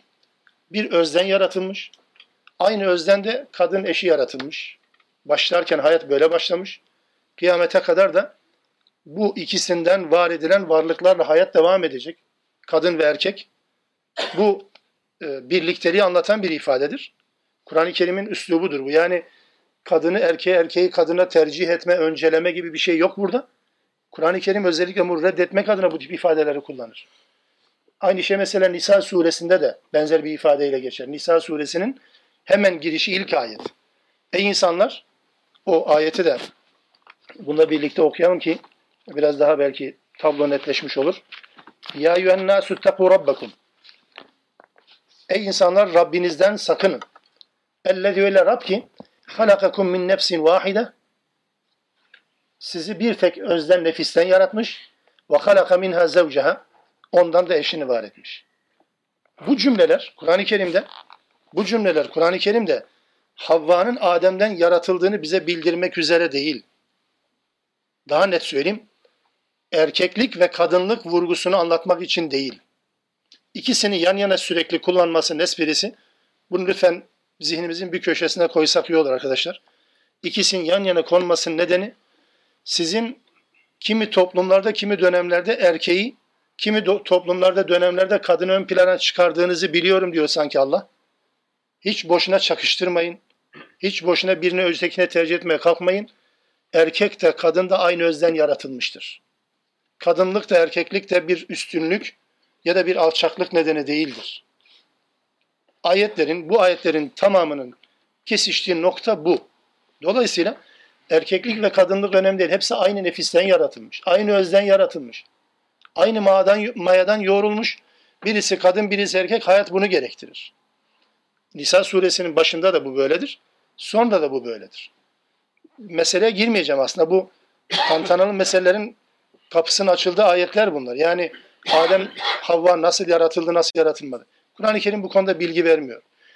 Bir özden yaratılmış. Aynı özden de kadın eşi yaratılmış. Başlarken hayat böyle başlamış. Kıyamete kadar da bu ikisinden var edilen varlıklarla hayat devam edecek. Kadın ve erkek. Bu birlikteliği anlatan bir ifadedir. Kur'an-ı Kerim'in üslubudur bu. Yani kadını erkeğe, erkeği kadına tercih etme, önceleme gibi bir şey yok burada. Kur'an-ı Kerim özellikle bunu reddetmek adına bu tip ifadeleri kullanır. Aynı şey mesela Nisa suresinde de benzer bir ifadeyle geçer. Nisa suresinin hemen girişi ilk ayet. Ey insanlar, o ayeti de bununla birlikte okuyalım ki biraz daha belki tablo netleşmiş olur. Ya eyyühennâsü ttekû rabbekum. Ey insanlar Rabbinizden sakının. Ellezî öyle Rab ki halakakum min nefsin vahide. Sizi bir tek özden nefisten yaratmış. Ve halaka minha zevceha. Ondan da eşini var etmiş. Bu cümleler Kur'an-ı Kerim'de Havva'nın Adem'den yaratıldığını bize bildirmek üzere değil. Daha net söyleyeyim. Erkeklik ve kadınlık vurgusunu anlatmak için değil. İkisini yan yana sürekli kullanmasının esprisi, bunu lütfen zihnimizin bir köşesine koysak iyi olur arkadaşlar. İkisinin yan yana konmasının nedeni, sizin kimi toplumlarda, kimi dönemlerde erkeği, kimi toplumlarda, dönemlerde kadını ön plana çıkardığınızı biliyorum diyor sanki Allah. Hiç boşuna çakıştırmayın. Hiç boşuna birini ötekine tercih etmeye kalkmayın. Erkek de kadın da aynı özden yaratılmıştır. Kadınlık da erkeklik de bir üstünlük ya da bir alçaklık nedeni değildir. Bu ayetlerin tamamının kesiştiği nokta bu. Dolayısıyla erkeklik ve kadınlık önemli değil. Hepsi aynı nefisten yaratılmış. Aynı özden yaratılmış. Aynı mayadan yoğrulmuş. Birisi kadın, birisi erkek. Hayat bunu gerektirir. Nisa suresinin başında da bu böyledir. Sonunda da bu böyledir. Meseleye girmeyeceğim aslında. Bu tantanalı meselelerin kapısının açıldığı ayetler bunlar. Yani Adem, Havva nasıl yaratıldı, nasıl yaratılmadı. Kur'an-ı Kerim bu konuda bilgi vermiyor.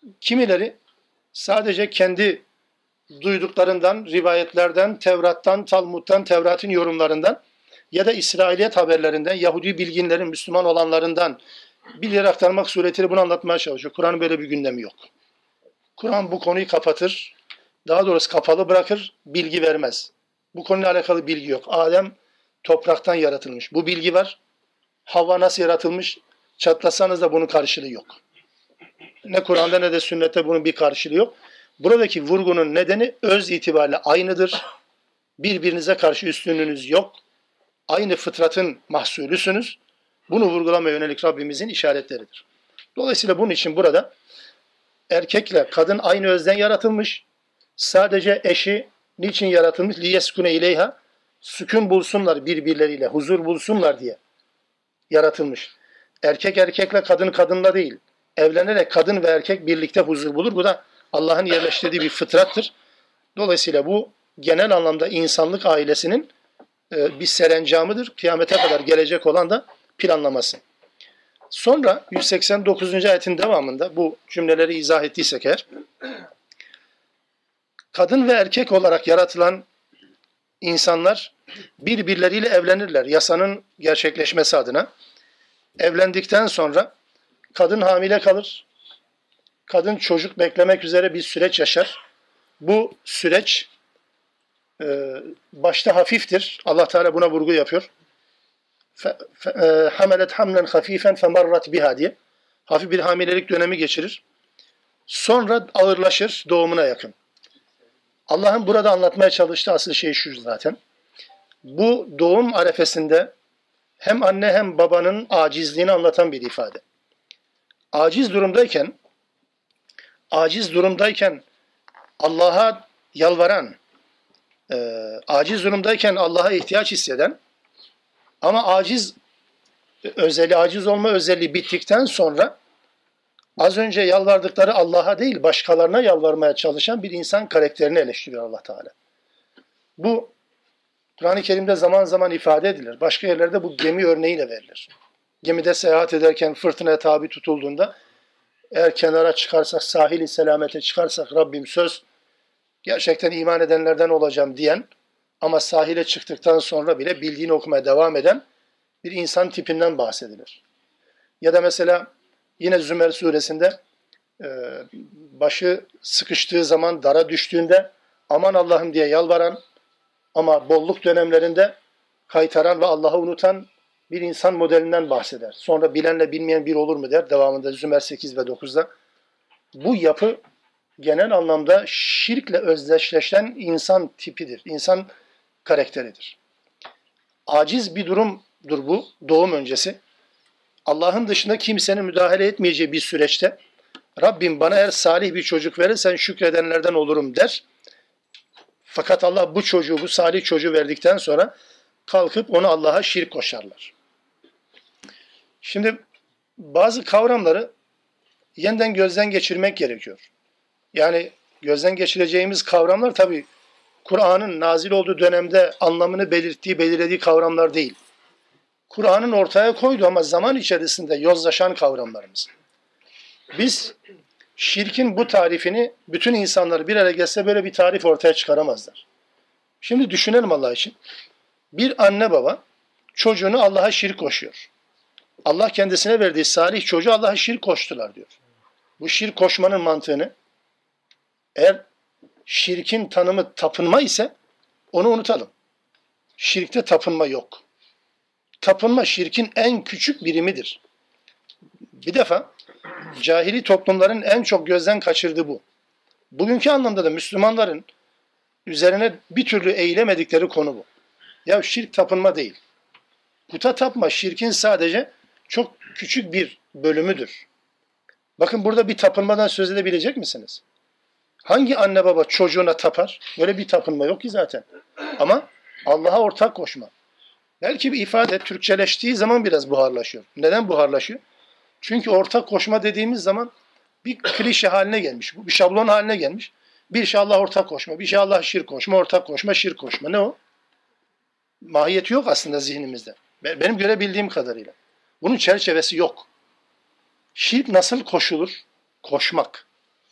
Kimileri sadece kendi duyduklarından, rivayetlerden, Tevrat'tan, Talmud'dan, Tevrat'ın yorumlarından ya da İsrailiyet haberlerinden, Yahudi bilginlerin, Müslüman olanlarından bilgiler aktarmak suretiyle bunu anlatmaya çalışıyor. Kur'an'ın böyle bir gündemi yok. Kur'an bu konuyu kapatır, daha doğrusu kapalı bırakır, bilgi vermez. Bu konuyla alakalı bilgi yok. Adem topraktan yaratılmış. Bu bilgi var. Havva nasıl yaratılmış? Çatlasanız da bunun karşılığı yok. Ne Kur'an'da ne de sünnette bunun bir karşılığı yok. Buradaki vurgunun nedeni öz itibariyle aynıdır. Birbirinize karşı üstünlüğünüz yok. Aynı fıtratın mahsulüsünüz. Bunu vurgulamaya yönelik Rabbimizin işaretleridir. Dolayısıyla bunun için burada erkekle kadın aynı özden yaratılmış. Sadece eşi niçin yaratılmış? Liyeskune ileyha. Sükun bulsunlar birbirleriyle, huzur bulsunlar diye yaratılmış. Erkek erkekle, kadın kadınla değil. Evlenerek kadın ve erkek birlikte huzur bulur. Bu da Allah'ın yerleştirdiği bir fıtrattır. Dolayısıyla bu genel anlamda insanlık ailesinin bir serencamıdır. Kıyamete kadar gelecek olan da planlaması. Sonra 189. ayetin devamında bu cümleleri izah ettiysek eğer, kadın ve erkek olarak yaratılan insanlar birbirleriyle evlenirler. Yasanın gerçekleşmesi adına. Evlendikten sonra kadın hamile kalır. Kadın çocuk beklemek üzere bir süreç yaşar. Bu süreç başta hafiftir. Allah Teala buna vurgu yapıyor. Hamelet hamlen hafifen femarrat biha diye. Hafif bir hamilelik dönemi geçirir. Sonra ağırlaşır doğumuna yakın. Allah'ın burada anlatmaya çalıştığı asıl şey şu zaten. Bu doğum arefesinde hem anne hem babanın acizliğini anlatan bir ifade. Aciz durumdayken Allah'a yalvaran, aciz durumdayken Allah'a ihtiyaç hisseden ama aciz olma özelliği bittikten sonra az önce yalvardıkları Allah'a değil başkalarına yalvarmaya çalışan bir insan karakterini eleştiriyor Allah Teala. Bu Kur'an-ı Kerim'de zaman zaman ifade edilir. Başka yerlerde bu gemi örneğiyle verilir. Gemide seyahat ederken fırtınaya tabi tutulduğunda eğer kenara çıkarsak, sahil-i selamete çıkarsak Rabbim söz gerçekten iman edenlerden olacağım diyen ama sahile çıktıktan sonra bile bildiğini okumaya devam eden bir insan tipinden bahsedilir. Ya da mesela yine Zümer suresinde başı sıkıştığı zaman dara düştüğünde aman Allah'ım diye yalvaran ama bolluk dönemlerinde kaytaran ve Allah'ı unutan bir insan modelinden bahseder. Sonra bilenle bilmeyen bir olur mu der. Devamında Zümer 8 ve 9'da. Bu yapı genel anlamda şirkle özdeşleşen insan tipidir. İnsan karakteridir. Aciz bir durumdur bu doğum öncesi. Allah'ın dışında kimsenin müdahale etmeyeceği bir süreçte Rabbim bana eğer salih bir çocuk verirsen şükredenlerden olurum der. Fakat Allah bu çocuğu, bu salih çocuğu verdikten sonra kalkıp onu Allah'a şirk koşarlar. Şimdi bazı kavramları yeniden gözden geçirmek gerekiyor. Yani gözden geçireceğimiz kavramlar tabii Kur'an'ın nazil olduğu dönemde anlamını belirlediği kavramlar değil. Kur'an'ın ortaya koyduğu ama zaman içerisinde yozlaşan kavramlarımız. Biz şirkin bu tarifini bütün insanları bir araya gelse böyle bir tarif ortaya çıkaramazlar. Şimdi düşünelim Allah için. Bir anne baba çocuğunu Allah'a şirk koşuyor. Allah kendisine verdiği salih çocuğu Allah'a şirk koştular diyor. Bu şirk koşmanın mantığını eğer şirkin tanımı tapınma ise onu unutalım. Şirkte tapınma yok. Tapınma şirkin en küçük birimidir. Bir defa cahili toplumların en çok gözden kaçırdığı bu. Bugünkü anlamda da Müslümanların üzerine bir türlü eğilemedikleri konu bu. Ya şirk tapınma değil. Puta tapma şirkin sadece çok küçük bir bölümüdür. Bakın burada bir tapınmadan söz edebilecek misiniz? Hangi anne baba çocuğuna tapar? Böyle bir tapınma yok ki zaten. Ama Allah'a ortak koşma. Belki bir ifade Türkçeleştiği zaman biraz buharlaşıyor. Neden buharlaşıyor? Çünkü ortak koşma dediğimiz zaman bir klişe haline gelmiş. Bir şablon haline gelmiş. Bir şey Allah ortak koşma, bir şey Allah şirk koşma, ortak koşma, şirk koşma. Ne o? Mahiyeti yok aslında zihnimizde. Benim görebildiğim kadarıyla. Bunun çerçevesi yok. Şirk nasıl koşulur? Koşmak.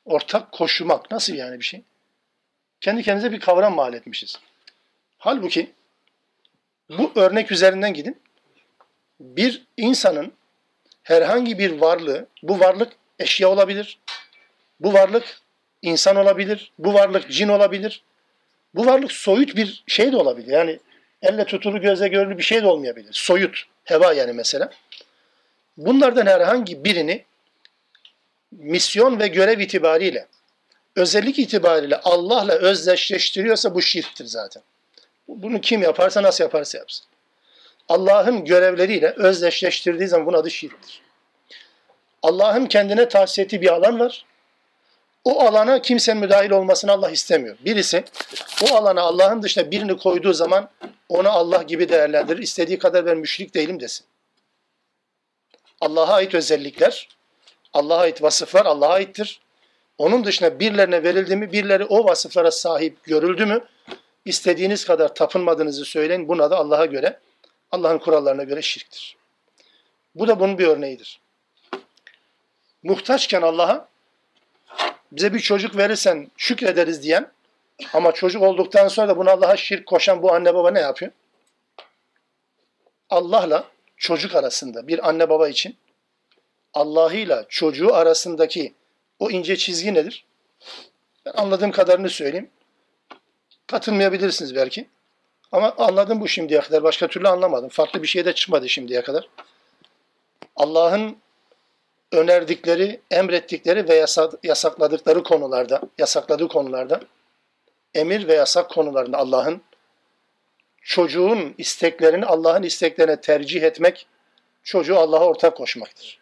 ortak koşmak nasıl yani bir şey? Kendi kendimize bir kavram mal etmişiz. Halbuki bu örnek üzerinden gidin. Bir insanın herhangi bir varlığı, bu varlık eşya olabilir, bu varlık insan olabilir, bu varlık cin olabilir, bu varlık soyut bir şey de olabilir. Yani elle tutulur, gözle görülür bir şey de olmayabilir. Soyut, heva yani mesela. Bunlardan herhangi birini misyon ve görev itibariyle, özellik itibariyle Allah'la özdeşleştiriyorsa bu şirktir zaten. Bunu kim yaparsa, nasıl yaparsa yapsın. Allah'ın görevleriyle özdeşleştirdiği zaman bunun adı şirktir. Allah'ın kendine tahsis ettiği bir alan var. O alana kimsenin müdahil olmasını Allah istemiyor. Birisi o alana Allah'ın dışında birini koyduğu zaman onu Allah gibi değerlendirir. İstediği kadar ben müşrik değilim desin. Allah'a ait özellikler, Allah'a ait vasıflar Allah'a aittir. Onun dışında birilerine verildi mi, birileri o vasıflara sahip görüldü mü, istediğiniz kadar tapınmadığınızı söyleyin. Buna da Allah'a göre, Allah'ın kurallarına göre şirktir. Bu da bunun bir örneğidir. Muhtaçken Allah'a bize bir çocuk verirsen şükrederiz diyen ama çocuk olduktan sonra da bunu Allah'a şirk koşan bu anne baba ne yapıyor? Allah'la çocuk arasında bir anne baba için Allah'ıyla çocuğu arasındaki o ince çizgi nedir? Ben anladığım kadarını söyleyeyim. Katılmayabilirsiniz belki. Ama anladım bu şimdiye kadar. Başka türlü anlamadım. Farklı bir şey de çıkmadı şimdiye kadar. Allah'ın önerdikleri, emrettikleri ve yasakladığı konularda, emir ve yasak konularında Allah'ın çocuğun isteklerini Allah'ın isteklerine tercih etmek, çocuğu Allah'a ortak koşmaktır.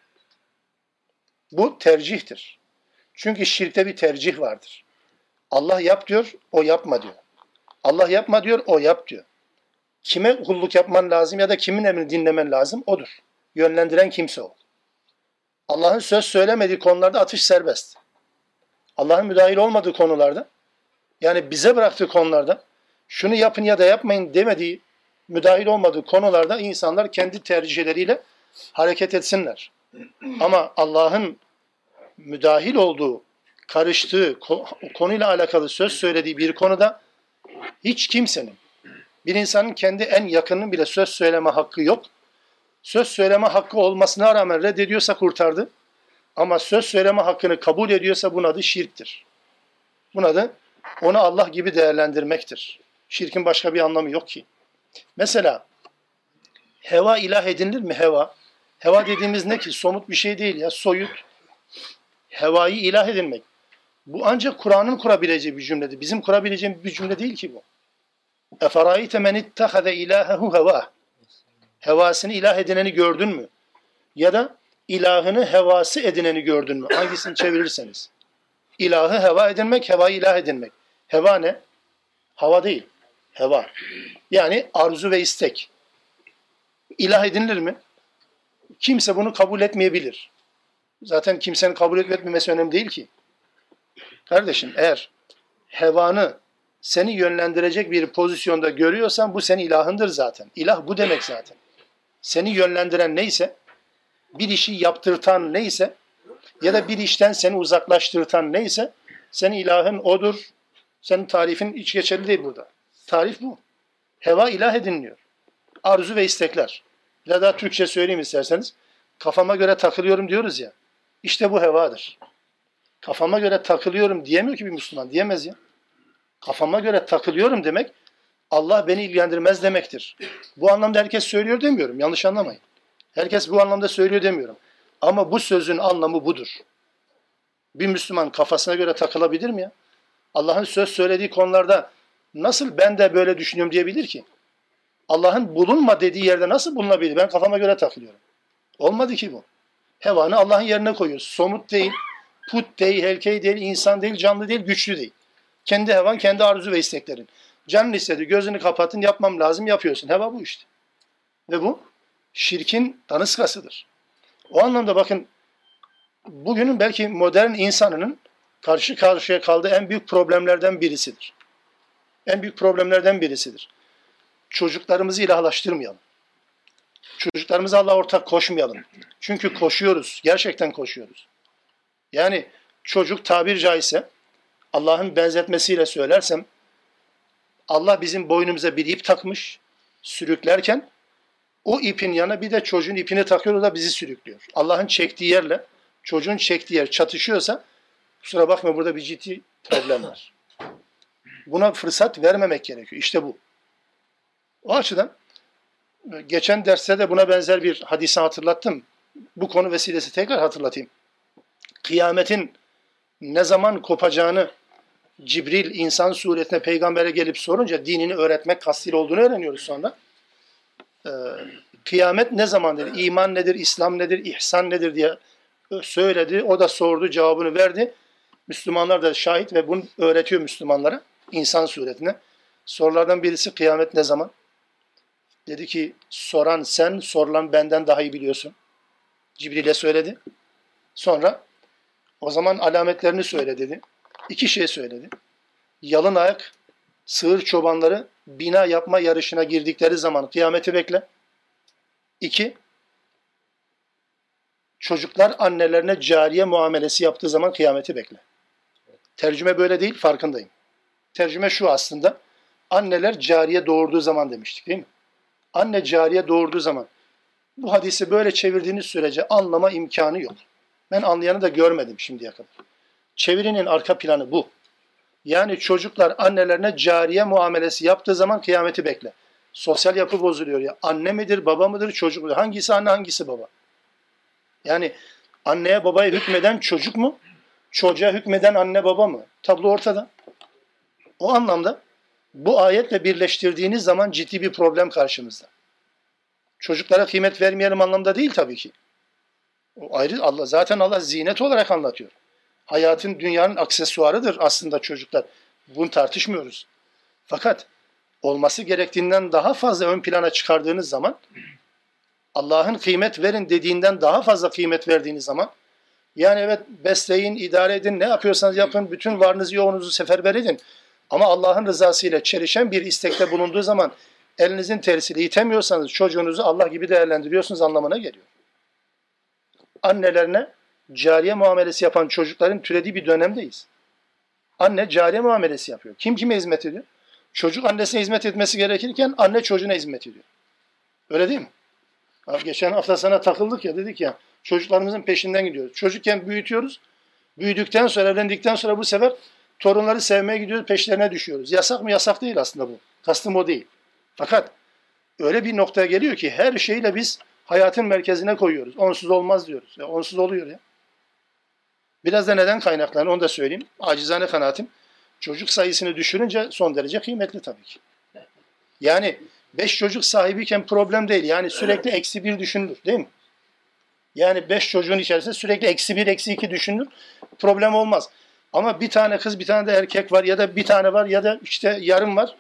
Bu tercihtir. Çünkü şirkte bir tercih vardır. Allah yap diyor, o yapma diyor. Allah yapma diyor, o yap diyor. Kime kulluk yapman lazım ya da kimin emrini dinlemen lazım odur. Yönlendiren kimse o. Allah'ın söz söylemediği konularda atış serbest. Allah'ın müdahil olmadığı konularda, yani bize bıraktığı konularda, şunu yapın ya da yapmayın demediği, müdahil olmadığı konularda insanlar kendi tercihleriyle hareket etsinler. Ama Allah'ın müdahil olduğu, karıştığı, konuyla alakalı söz söylediği bir konuda hiç kimsenin, bir insanın kendi en yakınının bile söz söyleme hakkı yok. Söz söyleme hakkı olmasına rağmen reddediyorsa kurtardı. Ama söz söyleme hakkını kabul ediyorsa bunun adı şirktir. Bunun adı onu Allah gibi değerlendirmektir. Şirkin başka bir anlamı yok ki. Mesela heva ilah edinilir mi? Heva. Heva dediğimiz ne ki? Somut bir şey değil ya. Soyut. Hevayı ilah edinmek. Bu ancak Kur'an'ın kurabileceği bir cümledir. Bizim kurabileceğimiz bir cümle değil ki bu. اَفَرَائِتَ مَنِ اتَّخَذَ اِلَٰهَهُ هَوَاهُ Hevasını ilah edineni gördün mü? Ya da ilahını hevası edineni gördün mü? Hangisini çevirirseniz. İlahı heva edinmek, hevayı ilah edinmek. Heva ne? Hava değil. Heva. Yani arzu ve istek. İlah edinilir mi? Kimse bunu kabul etmeyebilir. Zaten kimsenin kabul etmemesi önemli değil ki. Kardeşim eğer hevanı seni yönlendirecek bir pozisyonda görüyorsan bu senin ilahındır zaten. İlah bu demek zaten. Seni yönlendiren neyse, bir işi yaptırtan neyse ya da bir işten seni uzaklaştırtan neyse senin ilahın odur. Senin tarifin hiç geçerli değil burada. Tarif bu. Heva ilah ediniliyor. Arzu ve istekler. Ya da Türkçe söyleyeyim isterseniz. Kafama göre takılıyorum diyoruz ya. İşte bu hevadır. Kafama göre takılıyorum diyemiyor ki bir Müslüman. Diyemez ya. Kafama göre takılıyorum demek Allah beni ilgilendirmez demektir. Bu anlamda herkes söylüyor demiyorum. Yanlış anlamayın. Herkes bu anlamda söylüyor demiyorum. Ama bu sözün anlamı budur. Bir Müslüman kafasına göre takılabilir mi ya? Allah'ın söz söylediği konularda nasıl ben de böyle düşünüyorum diyebilir ki? Allah'ın bulunma dediği yerde nasıl bulunabilir? Ben kafama göre takılıyorum. Olmadı ki bu. Hevanı Allah'ın yerine koyuyorsun. Somut değil, put değil, heykel değil, insan değil, canlı değil, güçlü değil. Kendi hevan, kendi arzu ve isteklerin. Canın istedi, gözünü kapatın, yapmam lazım, yapıyorsun. Heva bu işte. Ve bu şirkin daniskasıdır. O anlamda bakın, bugünün belki modern insanının karşı karşıya kaldığı en büyük problemlerden birisidir. En büyük problemlerden birisidir. Çocuklarımızı ilahlaştırmayalım. Çocuklarımızı Allah'a ortak koşmayalım. Çünkü koşuyoruz, gerçekten koşuyoruz. Yani çocuk tabir caizse Allah'ın benzetmesiyle söylersem Allah bizim boynumuza bir ip takmış sürüklerken o ipin yanına bir de çocuğun ipini takıyor, o da bizi sürüklüyor. Allah'ın çektiği yerle çocuğun çektiği yer çatışıyorsa kusura bakma burada bir ciddi problem var. Buna fırsat vermemek gerekiyor. İşte bu. O açıdan geçen derste de buna benzer bir hadisi hatırlattım. Bu konu vesilesi tekrar hatırlatayım. Kıyametin ne zaman kopacağını Cibril insan suretine peygambere gelip sorunca dinini öğretmek kastıyla olduğunu öğreniyoruz sonra. Kıyamet ne zaman dedi? İman nedir, İslam nedir, ihsan nedir diye söyledi. O da sordu, cevabını verdi. Müslümanlar da şahit ve bunu öğretiyor Müslümanlara insan suretine. Sorulardan birisi kıyamet ne zaman? Dedi ki soran sen, sorulan benden daha iyi biliyorsun. Cibril'e söyledi. Sonra o zaman alametlerini söyle dedi. İki şey söyledi. Yalın ayak sığır çobanları bina yapma yarışına girdikleri zaman kıyameti bekle. İki, çocuklar annelerine cariye muamelesi yaptığı zaman kıyameti bekle. Tercüme böyle değil, farkındayım. Tercüme şu aslında. Anneler cariye doğurduğu zaman demiştik değil mi? Anne cariye doğurduğu zaman. Bu hadisi böyle çevirdiğiniz sürece anlama imkanı yok. Ben anlayanı da görmedim şimdiye kadar. Çevirinin arka planı bu. Yani çocuklar annelerine cariye muamelesi yaptığı zaman kıyameti bekle. Sosyal yapı bozuluyor ya. Anne midir, baba mıdır, çocuk mudur? Hangisi anne, hangisi baba? Yani anneye babaya hükmeden çocuk mu? Çocuğa hükmeden anne baba mı? Tablo ortada. O anlamda bu ayetle birleştirdiğiniz zaman ciddi bir problem karşımızda. Çocuklara kıymet vermeyelim anlamda değil tabii ki. O ayrı, Allah zinet olarak anlatıyor. Hayatın, dünyanın aksesuarıdır aslında çocuklar. Bunu tartışmıyoruz. Fakat olması gerektiğinden daha fazla ön plana çıkardığınız zaman, Allah'ın kıymet verin dediğinden daha fazla kıymet verdiğiniz zaman, yani evet besleyin, idare edin, ne yapıyorsanız yapın, bütün varınızı yoğunuzu seferber edin. Ama Allah'ın rızasıyla çelişen bir istekte bulunduğu zaman elinizin tersiyle itemiyorsanız çocuğunuzu Allah gibi değerlendiriyorsunuz anlamına geliyor. Annelerine cariye muamelesi yapan çocukların türediği bir dönemdeyiz. Anne cariye muamelesi yapıyor. Kim kime hizmet ediyor? Çocuk annesine hizmet etmesi gerekirken anne çocuğuna hizmet ediyor. Öyle değil mi? Geçen hafta sana takıldık ya, dedik ya çocuklarımızın peşinden gidiyoruz. Çocukken büyütüyoruz. Büyüdükten sonra, evlendikten sonra bu sefer torunları sevmeye gidiyoruz, peşlerine düşüyoruz. Yasak mı? Yasak değil aslında bu. Kastım o değil. Fakat öyle bir noktaya geliyor ki her şeyle biz hayatın merkezine koyuyoruz. Onsuz olmaz diyoruz. Ya onsuz oluyor ya. Biraz da neden kaynaklanır onu da söyleyeyim. Acizane kanaatim. Çocuk sayısını düşürünce son derece kıymetli tabii ki. Yani 5 çocuk sahibiyken problem değil. Yani sürekli eksi 1 düşünülür değil mi? Yani 5 çocuğun içerisinde sürekli eksi 1, eksi 2 düşünülür. Problem olmaz. Ama bir tane kız, bir tane de erkek var ya da bir tane var ya da işte yarım var.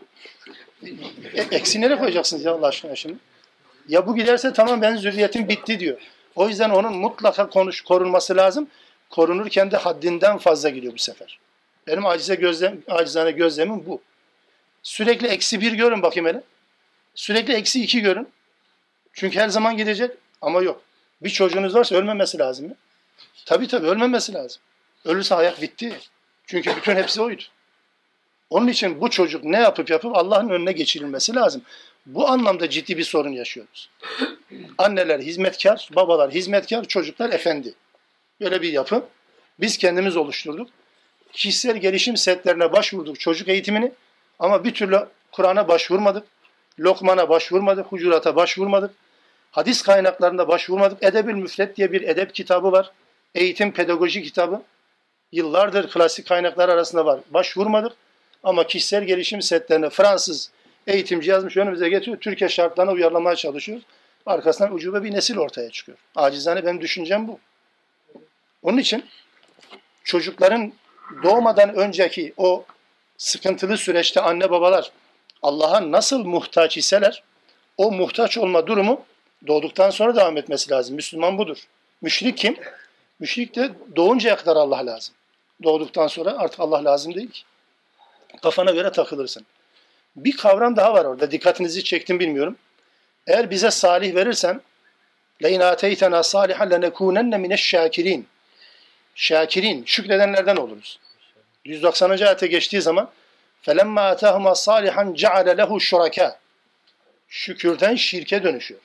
Eksi nereye koyacaksınız ya Allah aşkına şimdi? Ya bu giderse tamam ben zürriyetim bitti diyor. O yüzden onun mutlaka korunması lazım. Korunurken de haddinden fazla gidiyor bu sefer. Benim acizane gözlemim bu. Sürekli eksi 1 görün bakayım hele. Sürekli eksi 2 görün. Çünkü her zaman gidecek ama yok. Bir çocuğunuz varsa ölmemesi lazım ya. Tabii ölmemesi lazım. Ölürse hayat bitti. Çünkü bütün hepsi oydu. Onun için bu çocuk ne yapıp Allah'ın önüne geçirilmesi lazım. Bu anlamda ciddi bir sorun yaşıyoruz. Anneler hizmetkar, babalar hizmetkar, çocuklar efendi. Böyle bir yapı. Biz kendimiz oluşturduk. Kişisel gelişim setlerine başvurduk çocuk eğitimini ama bir türlü Kur'an'a başvurmadık. Lokman'a başvurmadık, Hucurat'a başvurmadık. Hadis kaynaklarında başvurmadık. Edeb-ül Müfret diye bir edep kitabı var. Eğitim pedagoji kitabı. Yıllardır klasik kaynaklar arasında var. Başvurmadık. Ama kişisel gelişim setlerini Fransız eğitimci yazmış önümüze getiriyor. Türkiye şartlarına uyarlamaya çalışıyoruz. Arkasından ucube bir nesil ortaya çıkıyor. Acizane benim düşüncem bu. Onun için çocukların doğmadan önceki o sıkıntılı süreçte anne babalar Allah'a nasıl muhtaç iseler o muhtaç olma durumu doğduktan sonra devam etmesi lazım. Müslüman budur. Müşrik kim? Müşrik de doğuncaya kadar Allah lazım. Doğduktan sonra artık Allah lazım değil ki. Kafana göre takılırsın. Bir kavram daha var orada. Dikkatinizi çektim bilmiyorum. Eğer bize salih verirsen لَاِنْ آتَيْتَنَا صَالِحًا لَنَكُونَنَّ مِنَ الشَّاكِرِينَ şakirin, şükredenlerden oluruz. 190. ayete geçtiği zaman فَلَمَّا أَتَاهُمَا صَالِحًا جَعَلَ لَهُ شُرَكَا. Şükürden şirke dönüşüyor.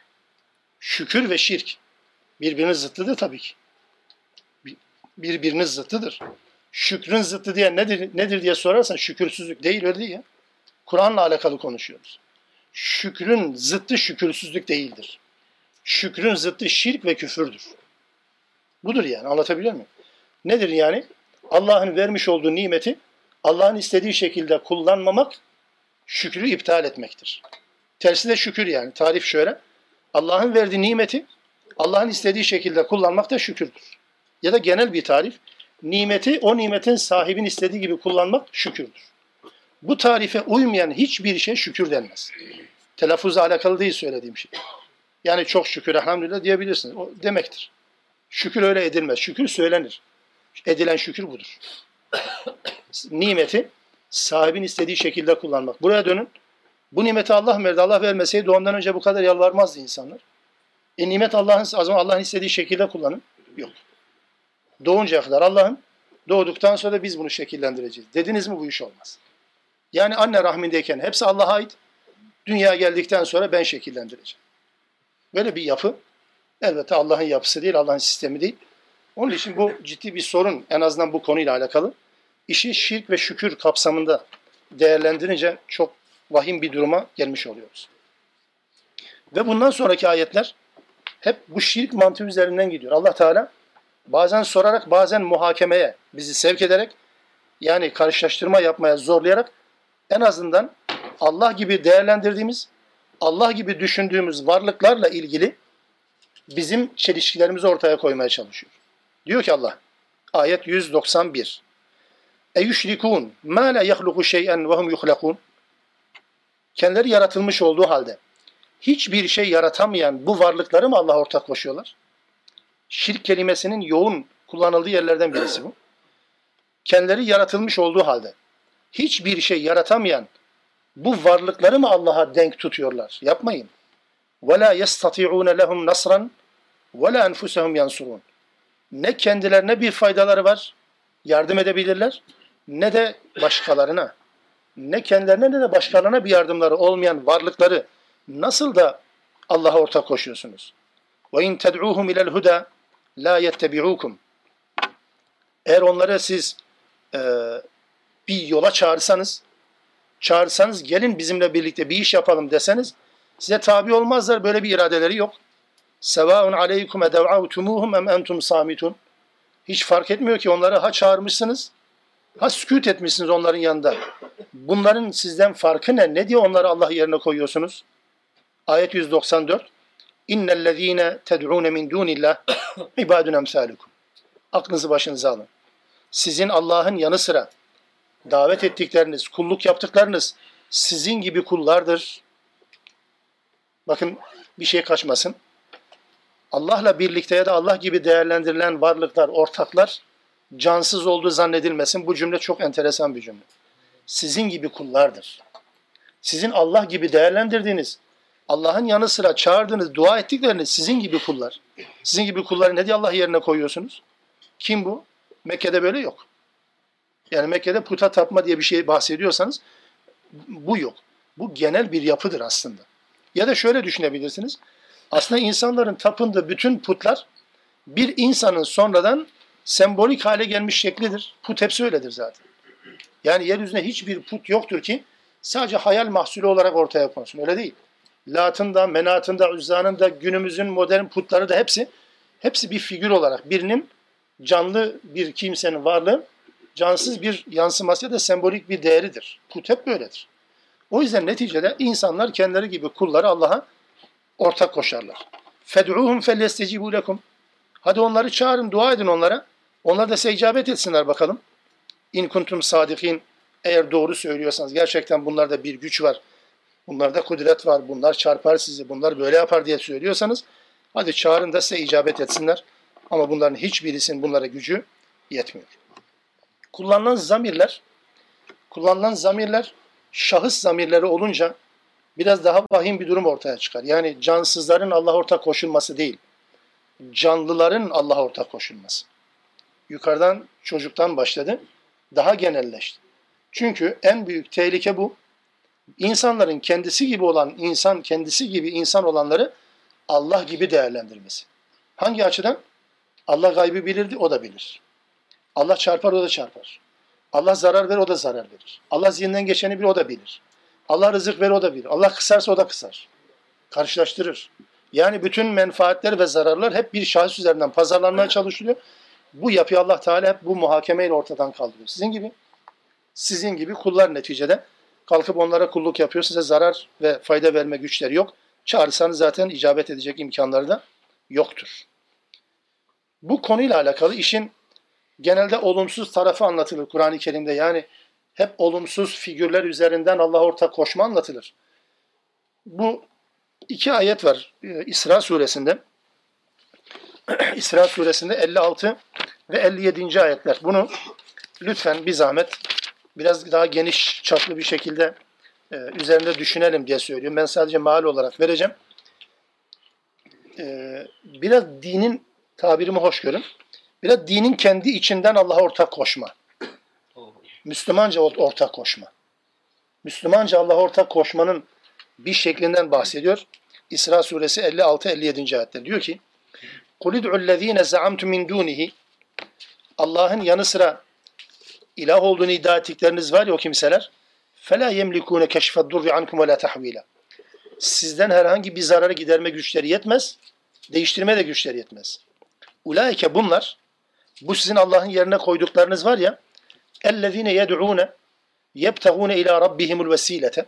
Şükür ve şirk birbirinin zıttıdır tabii ki. Birbirinin zıttıdır. Şükrün zıttı diye nedir diye sorarsan şükürsüzlük değil, öyle değil ya. Kur'an'la alakalı konuşuyoruz. Şükrün zıttı şükürsüzlük değildir. Şükrün zıttı şirk ve küfürdür. Budur yani, anlatabiliyor muyum? Nedir yani? Allah'ın vermiş olduğu nimeti Allah'ın istediği şekilde kullanmamak şükrü iptal etmektir. Tersi de şükür yani. Tarif şöyle. Allah'ın verdiği nimeti Allah'ın istediği şekilde kullanmak da şükürdür. Ya da genel bir tarif. Nimeti o nimetin sahibinin istediği gibi kullanmak şükürdür. Bu tarife uymayan hiçbir şey şükür denmez. Telaffuzla alakalı değil söylediğim şey. Yani çok şükür elhamdülillah diyebilirsiniz. O demektir. Şükür öyle edilmez. Şükür söylenir. Edilen şükür budur. Nimeti sahibin istediği şekilde kullanmak. Buraya dönün. Bu nimeti Allah verdi. Allah vermeseydi ondan önce bu kadar yalvarmazdı insanlar. Nimet Allah'ın istediği şekilde kullanın. Yok. Doğuncaya kadar Allah'ın, doğduktan sonra da biz bunu şekillendireceğiz. Dediniz mi bu iş olmaz. Yani anne rahmindeyken hepsi Allah'a ait. Dünya geldikten sonra ben şekillendireceğim. Böyle bir yapı elbette Allah'ın yapısı değil, Allah'ın sistemi değil. Onun için bu ciddi bir sorun, en azından bu konuyla alakalı. İşi şirk ve şükür kapsamında değerlendirince çok vahim bir duruma gelmiş oluyoruz. Ve bundan sonraki ayetler hep bu şirk mantığı üzerinden gidiyor. Allah Teala bazen sorarak, bazen muhakemeye bizi sevk ederek, yani karşılaştırma yapmaya zorlayarak en azından Allah gibi değerlendirdiğimiz, Allah gibi düşündüğümüz varlıklarla ilgili bizim çelişkilerimizi ortaya koymaya çalışıyor. Diyor ki Allah, ayet 191. اَيُشْرِكُونَ مَا لَا يَخْلُقُ شَيْئًا وَهُمْ يُخْلَقُونَ. Kendileri yaratılmış olduğu halde hiçbir şey yaratamayan bu varlıkları mı Allah'a ortak koşuyorlar? Şirk kelimesinin yoğun kullanıldığı yerlerden birisi bu. Kendileri yaratılmış olduğu halde hiçbir şey yaratamayan bu varlıkları mı Allah'a denk tutuyorlar? Yapmayın. وَلَا يَسْتَطِعُونَ لَهُمْ نَصْرًا وَلَا أَنْفُسَهُمْ يَنْصُرُونَ. Ne kendilerine bir faydaları var, yardım edebilirler, ne de başkalarına. Ne kendilerine ne de başkalarına bir yardımları olmayan varlıkları nasıl da Allah'a ortak koşuyorsunuz? وَاِنْ تَدْعُوهُمْ اِلَى الْهُدَى لَا يَتَّبِعُوكُمْ. Eğer onları siz bir yola çağırsanız gelin bizimle birlikte bir iş yapalım deseniz size tabi olmazlar, böyle bir iradeleri yok. سَوَاءٌ عَلَيْكُمْ اَدَوْعَوْتُمُوهُمْ اَمْ اَنْتُمْ صَامِتُونَ. Hiç fark etmiyor ki onları ha çağırmışsınız, ha sükût etmişsiniz onların yanında. Bunların sizden farkı ne? Ne diye onları Allah yerine koyuyorsunuz? Ayet 194. İnnellezîne ted'ûne min dûnillah ibâdun emsâlukum. Aklınızı başınıza alın. Sizin Allah'ın yanı sıra davet ettikleriniz, kulluk yaptıklarınız sizin gibi kullardır. Bakın bir şey kaçmasın. Allah'la birlikte ya da Allah gibi değerlendirilen varlıklar, ortaklar cansız olduğu zannedilmesin. Bu cümle çok enteresan bir cümle. Sizin gibi kullardır. Sizin Allah gibi değerlendirdiğiniz, Allah'ın yanı sıra çağırdığınız, dua ettikleriniz sizin gibi kullar. Sizin gibi kulları ne diye Allah yerine koyuyorsunuz? Kim bu? Mekke'de böyle yok. Yani Mekke'de puta tapma diye bir şey bahsediyorsanız bu yok. Bu genel bir yapıdır aslında. Ya da şöyle düşünebilirsiniz. Aslında insanların tapındığı bütün putlar bir insanın sonradan sembolik hale gelmiş şeklidir. Put hepsi öyledir zaten. Yani yeryüzünde hiçbir put yoktur ki sadece hayal mahsulü olarak ortaya konsun. Öyle değil. Lat'ın da, Menat'ın da, Uzza'nın da, günümüzün modern putları da hepsi bir figür olarak birinin canlı bir kimsenin varlığı cansız bir yansıması ya da sembolik bir değeridir. Put hep böyledir. O yüzden neticede insanlar kendileri gibi kulları Allah'a ortak koşarlar. فَدْعُوهُمْ فَلْيَسْتَجِبُوا لَكُمْ. Hadi onları çağırın, dua edin onlara. Onlar da size icabet etsinler bakalım. İn kuntum sadikin. Eğer doğru söylüyorsanız, gerçekten bunlarda bir güç var, bunlarda kudret var, bunlar çarpar sizi, bunlar böyle yapar diye söylüyorsanız, hadi çağırın da size icabet etsinler. Ama bunların hiçbirisinin bunlara gücü yetmiyor. Kullanılan zamirler şahıs zamirleri olunca biraz daha vahim bir durum ortaya çıkar. Yani cansızların Allah'a ortak koşulması değil, canlıların Allah'a ortak koşulması. yukarıdan çocuktan başladı. Daha genelleşti. Çünkü en büyük tehlike bu. İnsanların kendisi gibi olan insan, kendisi gibi insan olanları Allah gibi değerlendirmesi. Hangi açıdan? Allah gaybı bilirdi, o da bilir. Allah çarpar, o da çarpar. Allah zarar verir, o da zarar verir. Allah zihninden geçeni bilir, o da bilir. Allah rızık verir, o da bilir. Allah kısarsa o da kısar. Karşılaştırır. Yani bütün menfaatler ve zararlar hep bir şahıs üzerinden pazarlanmaya çalışılıyor. Bu yapıyı Allah Teala hep bu muhakemeyle ortadan kaldırıyor. Sizin gibi kullar neticede kalkıp onlara kulluk yapıyor. Size zarar ve fayda verme güçleri yok. Çağırsanız zaten icabet edecek imkanları da yoktur. Bu konuyla alakalı işin genelde olumsuz tarafı anlatılır Kur'an-ı Kerim'de. Yani hep olumsuz figürler üzerinden Allah'a ortak koşma anlatılır. Bu iki ayet var İsra suresinde. İsra suresinde 56 ve 57. ayetler. Bunu lütfen bir zahmet biraz daha geniş çaplı bir şekilde üzerinde düşünelim diye söylüyorum. Ben sadece meal olarak vereceğim. Biraz dinin, tabirimi hoş görün. Biraz dinin kendi içinden Allah'a ortak koşma. Müslümanca ortak koşma. Müslümanca Allah'a ortak koşmanın bir şeklinden bahsediyor. İsra suresi 56-57. ayetler. Diyor ki قُلِ دُعُ الَّذ۪ينَ زَعَمْتُ مِنْ دُونِهِ Allah'ın yanı sıra ilah olduğunu iddia ettikleriniz var ya o kimseler. فَلَا يَمْلِكُونَ كَشْفَ الدُّرِّ عَنْكُمْ وَلَا تَحْوِيلًا Sizden herhangi bir zararı giderme güçleri yetmez. Değiştirme de güçleri yetmez. Ulaike bunlar, bu sizin Allah'ın yerine koyduklarınız var ya, اَلَّذ۪ينَ يَدْعُونَ يَبْتَغُونَ اِلٰى رَبِّهِمُ الْوَس۪يلَةَ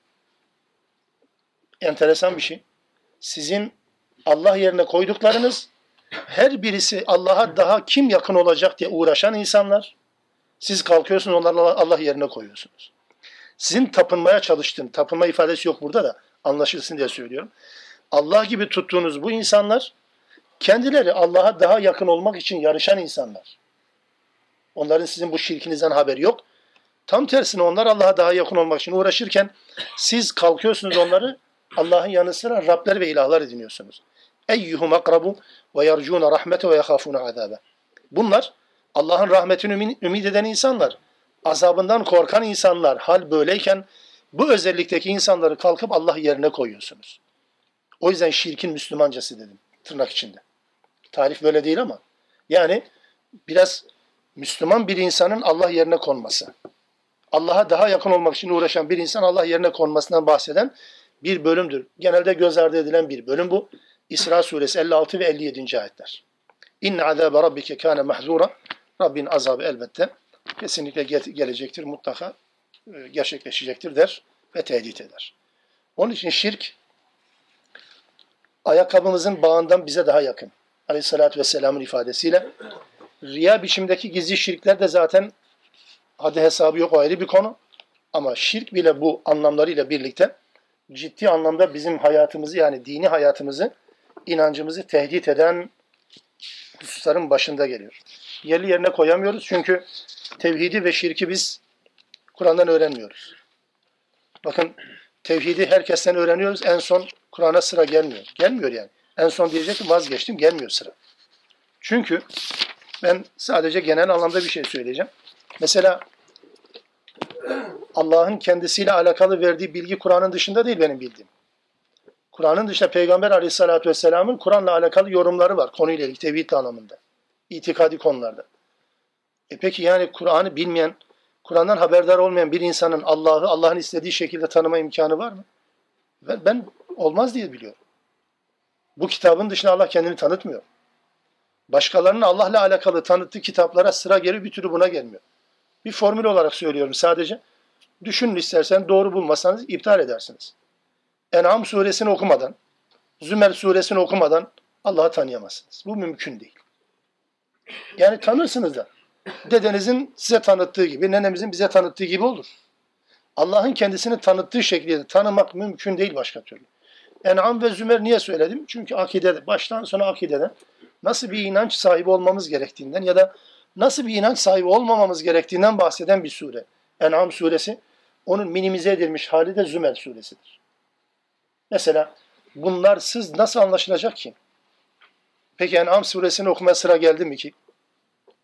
Enteresan bir şey. Sizin Allah yerine koyduklarınız, her birisi Allah'a daha kim yakın olacak diye uğraşan insanlar. Siz kalkıyorsunuz onlarla Allah yerine koyuyorsunuz. Sizin tapınmaya çalıştığın, tapınma ifadesi yok burada da anlaşılsın diye söylüyorum. Allah gibi tuttuğunuz bu insanlar, kendileri Allah'a daha yakın olmak için yarışan insanlar. Onların sizin bu şirkinizden haberi yok. Tam tersine onlar Allah'a daha yakın olmak için uğraşırken siz kalkıyorsunuz onları Allah'ın yanı sıra Rabler ve ilahlar ediniyorsunuz. Eyyuhum akrabu ve yercûne rahmete ve yehâfûne azâbe. Bunlar Allah'ın rahmetini ümit eden insanlar. Azabından korkan insanlar. Hal böyleyken bu özellikteki insanları kalkıp Allah yerine koyuyorsunuz. O yüzden şirkin Müslümancası dedim. Tırnak içinde. Tarif böyle değil ama. Yani biraz Müslüman bir insanın Allah yerine konması. Allah'a daha yakın olmak için uğraşan bir insan Allah yerine konmasından bahseden bir bölümdür. Genelde göz ardı edilen bir bölüm bu. İsra suresi 56 ve 57. ayetler. İnne azâbe rabbike kâne mahzûra. Rabbin azabı elbette kesinlikle gelecektir, mutlaka gerçekleşecektir der ve tehdit eder. Onun için şirk ayakkabımızın bağından bize daha yakın. Aleyhissalatü vesselamın ifadesiyle. Riya biçimdeki gizli şirkler de zaten haddi hesabı yok, o ayrı bir konu. Ama şirk bile bu anlamlarıyla birlikte ciddi anlamda bizim hayatımızı, yani dini hayatımızı, inancımızı tehdit eden hususların başında geliyor. Yerli yerine koyamıyoruz çünkü tevhidi ve şirki biz Kur'an'dan öğrenmiyoruz. Bakın tevhidi herkesten öğreniyoruz, en son Kur'an'a sıra gelmiyor. Gelmiyor yani. En son diyecektim, vazgeçtim, gelmiyor sıra. Çünkü ben sadece genel anlamda bir şey söyleyeceğim. Mesela Allah'ın kendisiyle alakalı verdiği bilgi Kur'an'ın dışında değil benim bildiğim. Kur'an'ın dışında Peygamber Aleyhisselatü Vesselam'ın Kur'an'la alakalı yorumları var konuyla ilgili, tevhid anlamında. İtikadi konularda. Peki yani Kur'an'ı bilmeyen, Kur'an'dan haberdar olmayan bir insanın Allah'ı Allah'ın istediği şekilde tanıma imkanı var mı? Ben olmaz diye biliyorum. Bu kitabın dışında Allah kendini tanıtmıyor. Başkalarının Allah'la alakalı tanıttığı kitaplara sıra geri bir türlü buna gelmiyor. Bir formül olarak söylüyorum sadece. Düşünün istersen, doğru bulmasanız iptal edersiniz. En'am suresini okumadan, Zümer suresini okumadan Allah'ı tanıyamazsınız. Bu mümkün değil. Yani tanırsınız da. Dedenizin size tanıttığı gibi, nenemizin bize tanıttığı gibi olur. Allah'ın kendisini tanıttığı şekilde tanımak mümkün değil başka türlü. En'am ve Zümer niye söyledim? Çünkü akidede, baştan sona akidede nasıl bir inanç sahibi olmamız gerektiğinden ya da nasıl bir inanç sahibi olmamamız gerektiğinden bahseden bir sure. En'am suresi, onun minimize edilmiş hali de Zümer suresidir. Mesela bunlarsız nasıl anlaşılacak ki? Peki En'am suresini okumaya sıra geldi mi ki?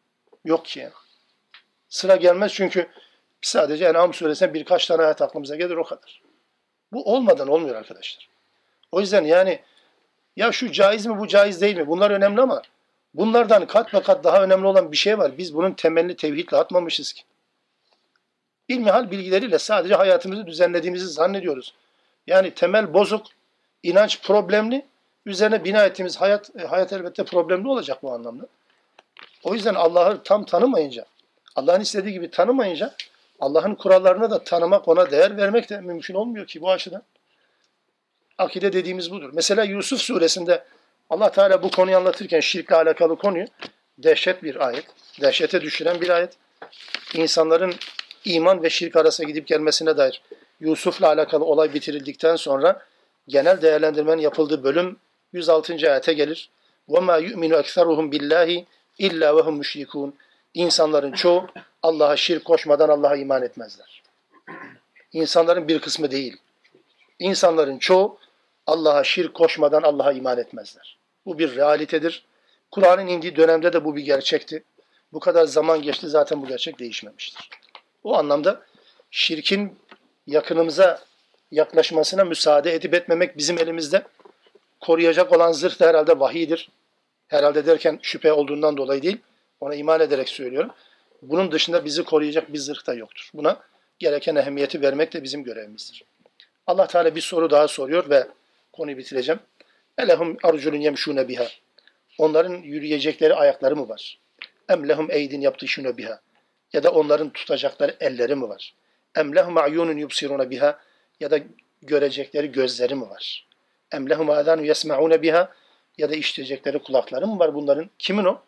Yok ki yani. Sıra gelmez çünkü sadece En'am suresinden birkaç tane ayet aklımıza gelir o kadar. Bu olmadan olmuyor arkadaşlar. O yüzden yani ya şu caiz mi bu caiz değil mi? Bunlar önemli ama bunlardan kat ve kat daha önemli olan bir şey var. Biz bunun temelini tevhidle atmamışız ki. İlmihal bilgileriyle sadece hayatımızı düzenlediğimizi zannediyoruz. Yani temel bozuk, inanç problemli, üzerine bina ettiğimiz hayat elbette problemli olacak bu anlamda. O yüzden Allah'ı tam tanımayınca, Allah'ın istediği gibi tanımayınca, Allah'ın kurallarına da tanımak, ona değer vermek de mümkün olmuyor ki bu açıdan. Akide dediğimiz budur. Mesela Yusuf suresinde Allah Teala bu konuyu anlatırken şirkle alakalı konuyu dehşet bir ayet, dehşete düşüren bir ayet. İnsanların iman ve şirk arasına gidip gelmesine dair Yusuf'la alakalı olay bitirildikten sonra genel değerlendirmenin yapıldığı bölüm 106. ayete gelir. وَمَا يُؤْمِنُ اَكْثَرُهُمْ بِاللّٰهِ اِلَّا وَهُمْ مُشْرِكُونَ İnsanların çoğu Allah'a şirk koşmadan Allah'a iman etmezler. İnsanların bir kısmı değil. İnsanların çoğu Allah'a şirk koşmadan Allah'a iman etmezler. Bu bir realitedir. Kur'an'ın indiği dönemde de bu bir gerçekti. Bu kadar zaman geçti zaten bu gerçek değişmemiştir. O anlamda şirkin yakınımıza yaklaşmasına müsaade edip etmemek bizim elimizde. Koruyacak olan zırh da herhalde vahiydir. Herhalde derken şüphe olduğundan dolayı değil. Ona iman ederek söylüyorum. Bunun dışında bizi koruyacak bir zırh da yoktur. Buna gereken ehemmiyeti vermek de bizim görevimizdir. Allah Teala bir soru daha soruyor ve konuyu bitireceğim. Elehum arculun yemşune biha. Onların yürüyecekleri ayakları mı var? Em lehum eydin yaptışune biha. Ya da onların tutacakları elleri mi var? Em lehum a'yunun yubsirune biha. Ya da görecekleri gözleri mi var? Em lehum âzânun yesme'ûne biha. Ya da işitecekleri kulakları mı var bunların? Kimin o?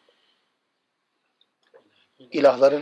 İlahların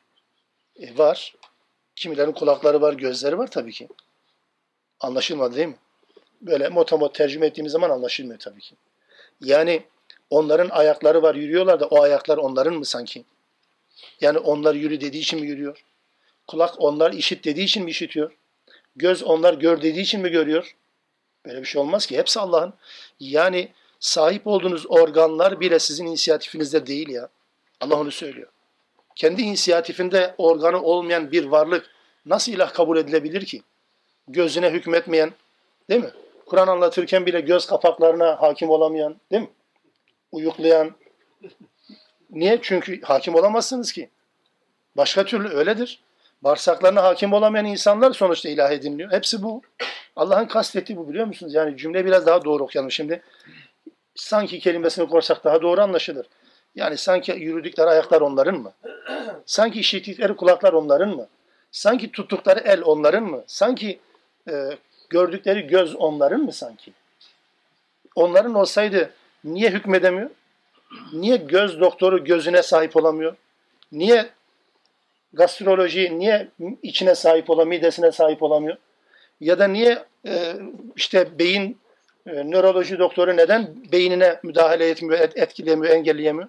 var. Kimilerin kulakları var, gözleri var tabii ki. Anlaşılmadı değil mi? Böyle motomot tercüme ettiğimiz zaman anlaşılmıyor tabii ki. Yani onların ayakları var, yürüyorlar da o ayaklar onların mı sanki? Yani onlar yürü dediği için mi yürüyor? Kulak onlar işit dediği için mi işitiyor? Göz onlar gör dediği için mi görüyor? Böyle bir şey olmaz ki. Hepsi Allah'ın. Yani sahip olduğunuz organlar bile sizin inisiyatifinizde değil ya. Allah onu söylüyor. Kendi inisiyatifinde organı olmayan bir varlık nasıl ilah kabul edilebilir ki? Gözüne hükmetmeyen, değil mi? Kur'an anlatırken bile göz kapaklarına hakim olamayan, değil mi? Uyuklayan. Niye? Çünkü hakim olamazsınız ki. Başka türlü öyledir. Bağırsaklarına hakim olamayan insanlar sonuçta ilah ediniliyor. Hepsi bu. Allah'ın kastettiği bu, biliyor musunuz? Yani cümle biraz daha doğru okuyalım şimdi. Sanki kelimesini korsak daha doğru anlaşılır. Yani sanki yürüdükleri ayaklar onların mı? Sanki işittikleri kulaklar onların mı? Sanki tuttukları el onların mı? Sanki gördükleri göz onların mı sanki? Onların olsaydı niye hükmedemiyor? Niye göz doktoru gözüne sahip olamıyor? Niye gastroloji niye içine sahip olamıyor, midesine sahip olamıyor? Ya da niye işte beyin nöroloji doktoru neden beynine müdahale etmiyor, etkileyemiyor, engelleyemiyor?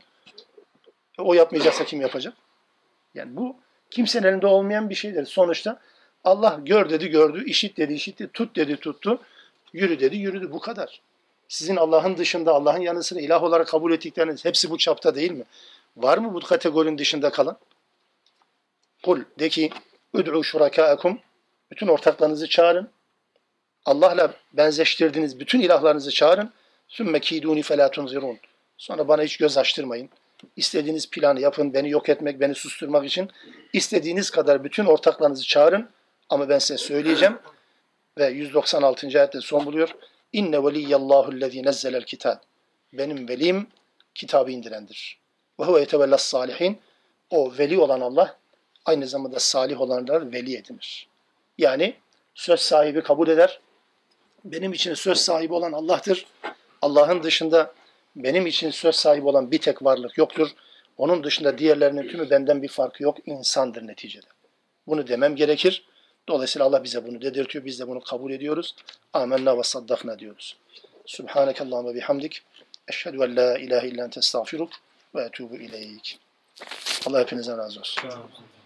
O yapmayacaksa kim yapacak? Yani bu kimsenin elinde olmayan bir şeydir. Sonuçta Allah gör dedi gördü, işit dedi işitti, tut dedi tuttu, yürü dedi yürüdü. Bu kadar. Sizin Allah'ın dışında, Allah'ın yanı sıra ilah olarak kabul ettikleriniz hepsi bu çapta değil mi? Var mı bu kategorinin dışında kalan? Kul de ki ud'u şurakâekum, bütün ortaklarınızı çağırın. Allah'la benzeştirdiğiniz bütün ilahlarınızı çağırın. Sümme kîdûni felâ tunzirûn. Sonra bana hiç göz açtırmayın. İstediğiniz planı yapın, beni yok etmek, beni susturmak için. İstediğiniz kadar bütün ortaklarınızı çağırın. Ama ben size söyleyeceğim. Ve 196. ayette son buluyor. İnne veliyyallâhullezî nezzelel kitâb. Benim velim kitabı indirendir. Ve huve yetevellas salihin. O veli olan Allah aynı zamanda salih olanları veli edinir. Yani söz sahibi kabul eder. Benim için söz sahibi olan Allah'tır. Allah'ın dışında benim için söz sahibi olan bir tek varlık yoktur. Onun dışında diğerlerinin tümü benden bir farkı yok. İnsandır neticede. Bunu demem gerekir. Dolayısıyla Allah bize bunu dedirtiyor. Biz de bunu kabul ediyoruz. Amenna ve saddakna diyoruz. Subhanekallahumma bihamdik. Eşhedü en la ilahe illa ente estağfiruk ve etûbü ileyk. Allah hepinizden razı olsun.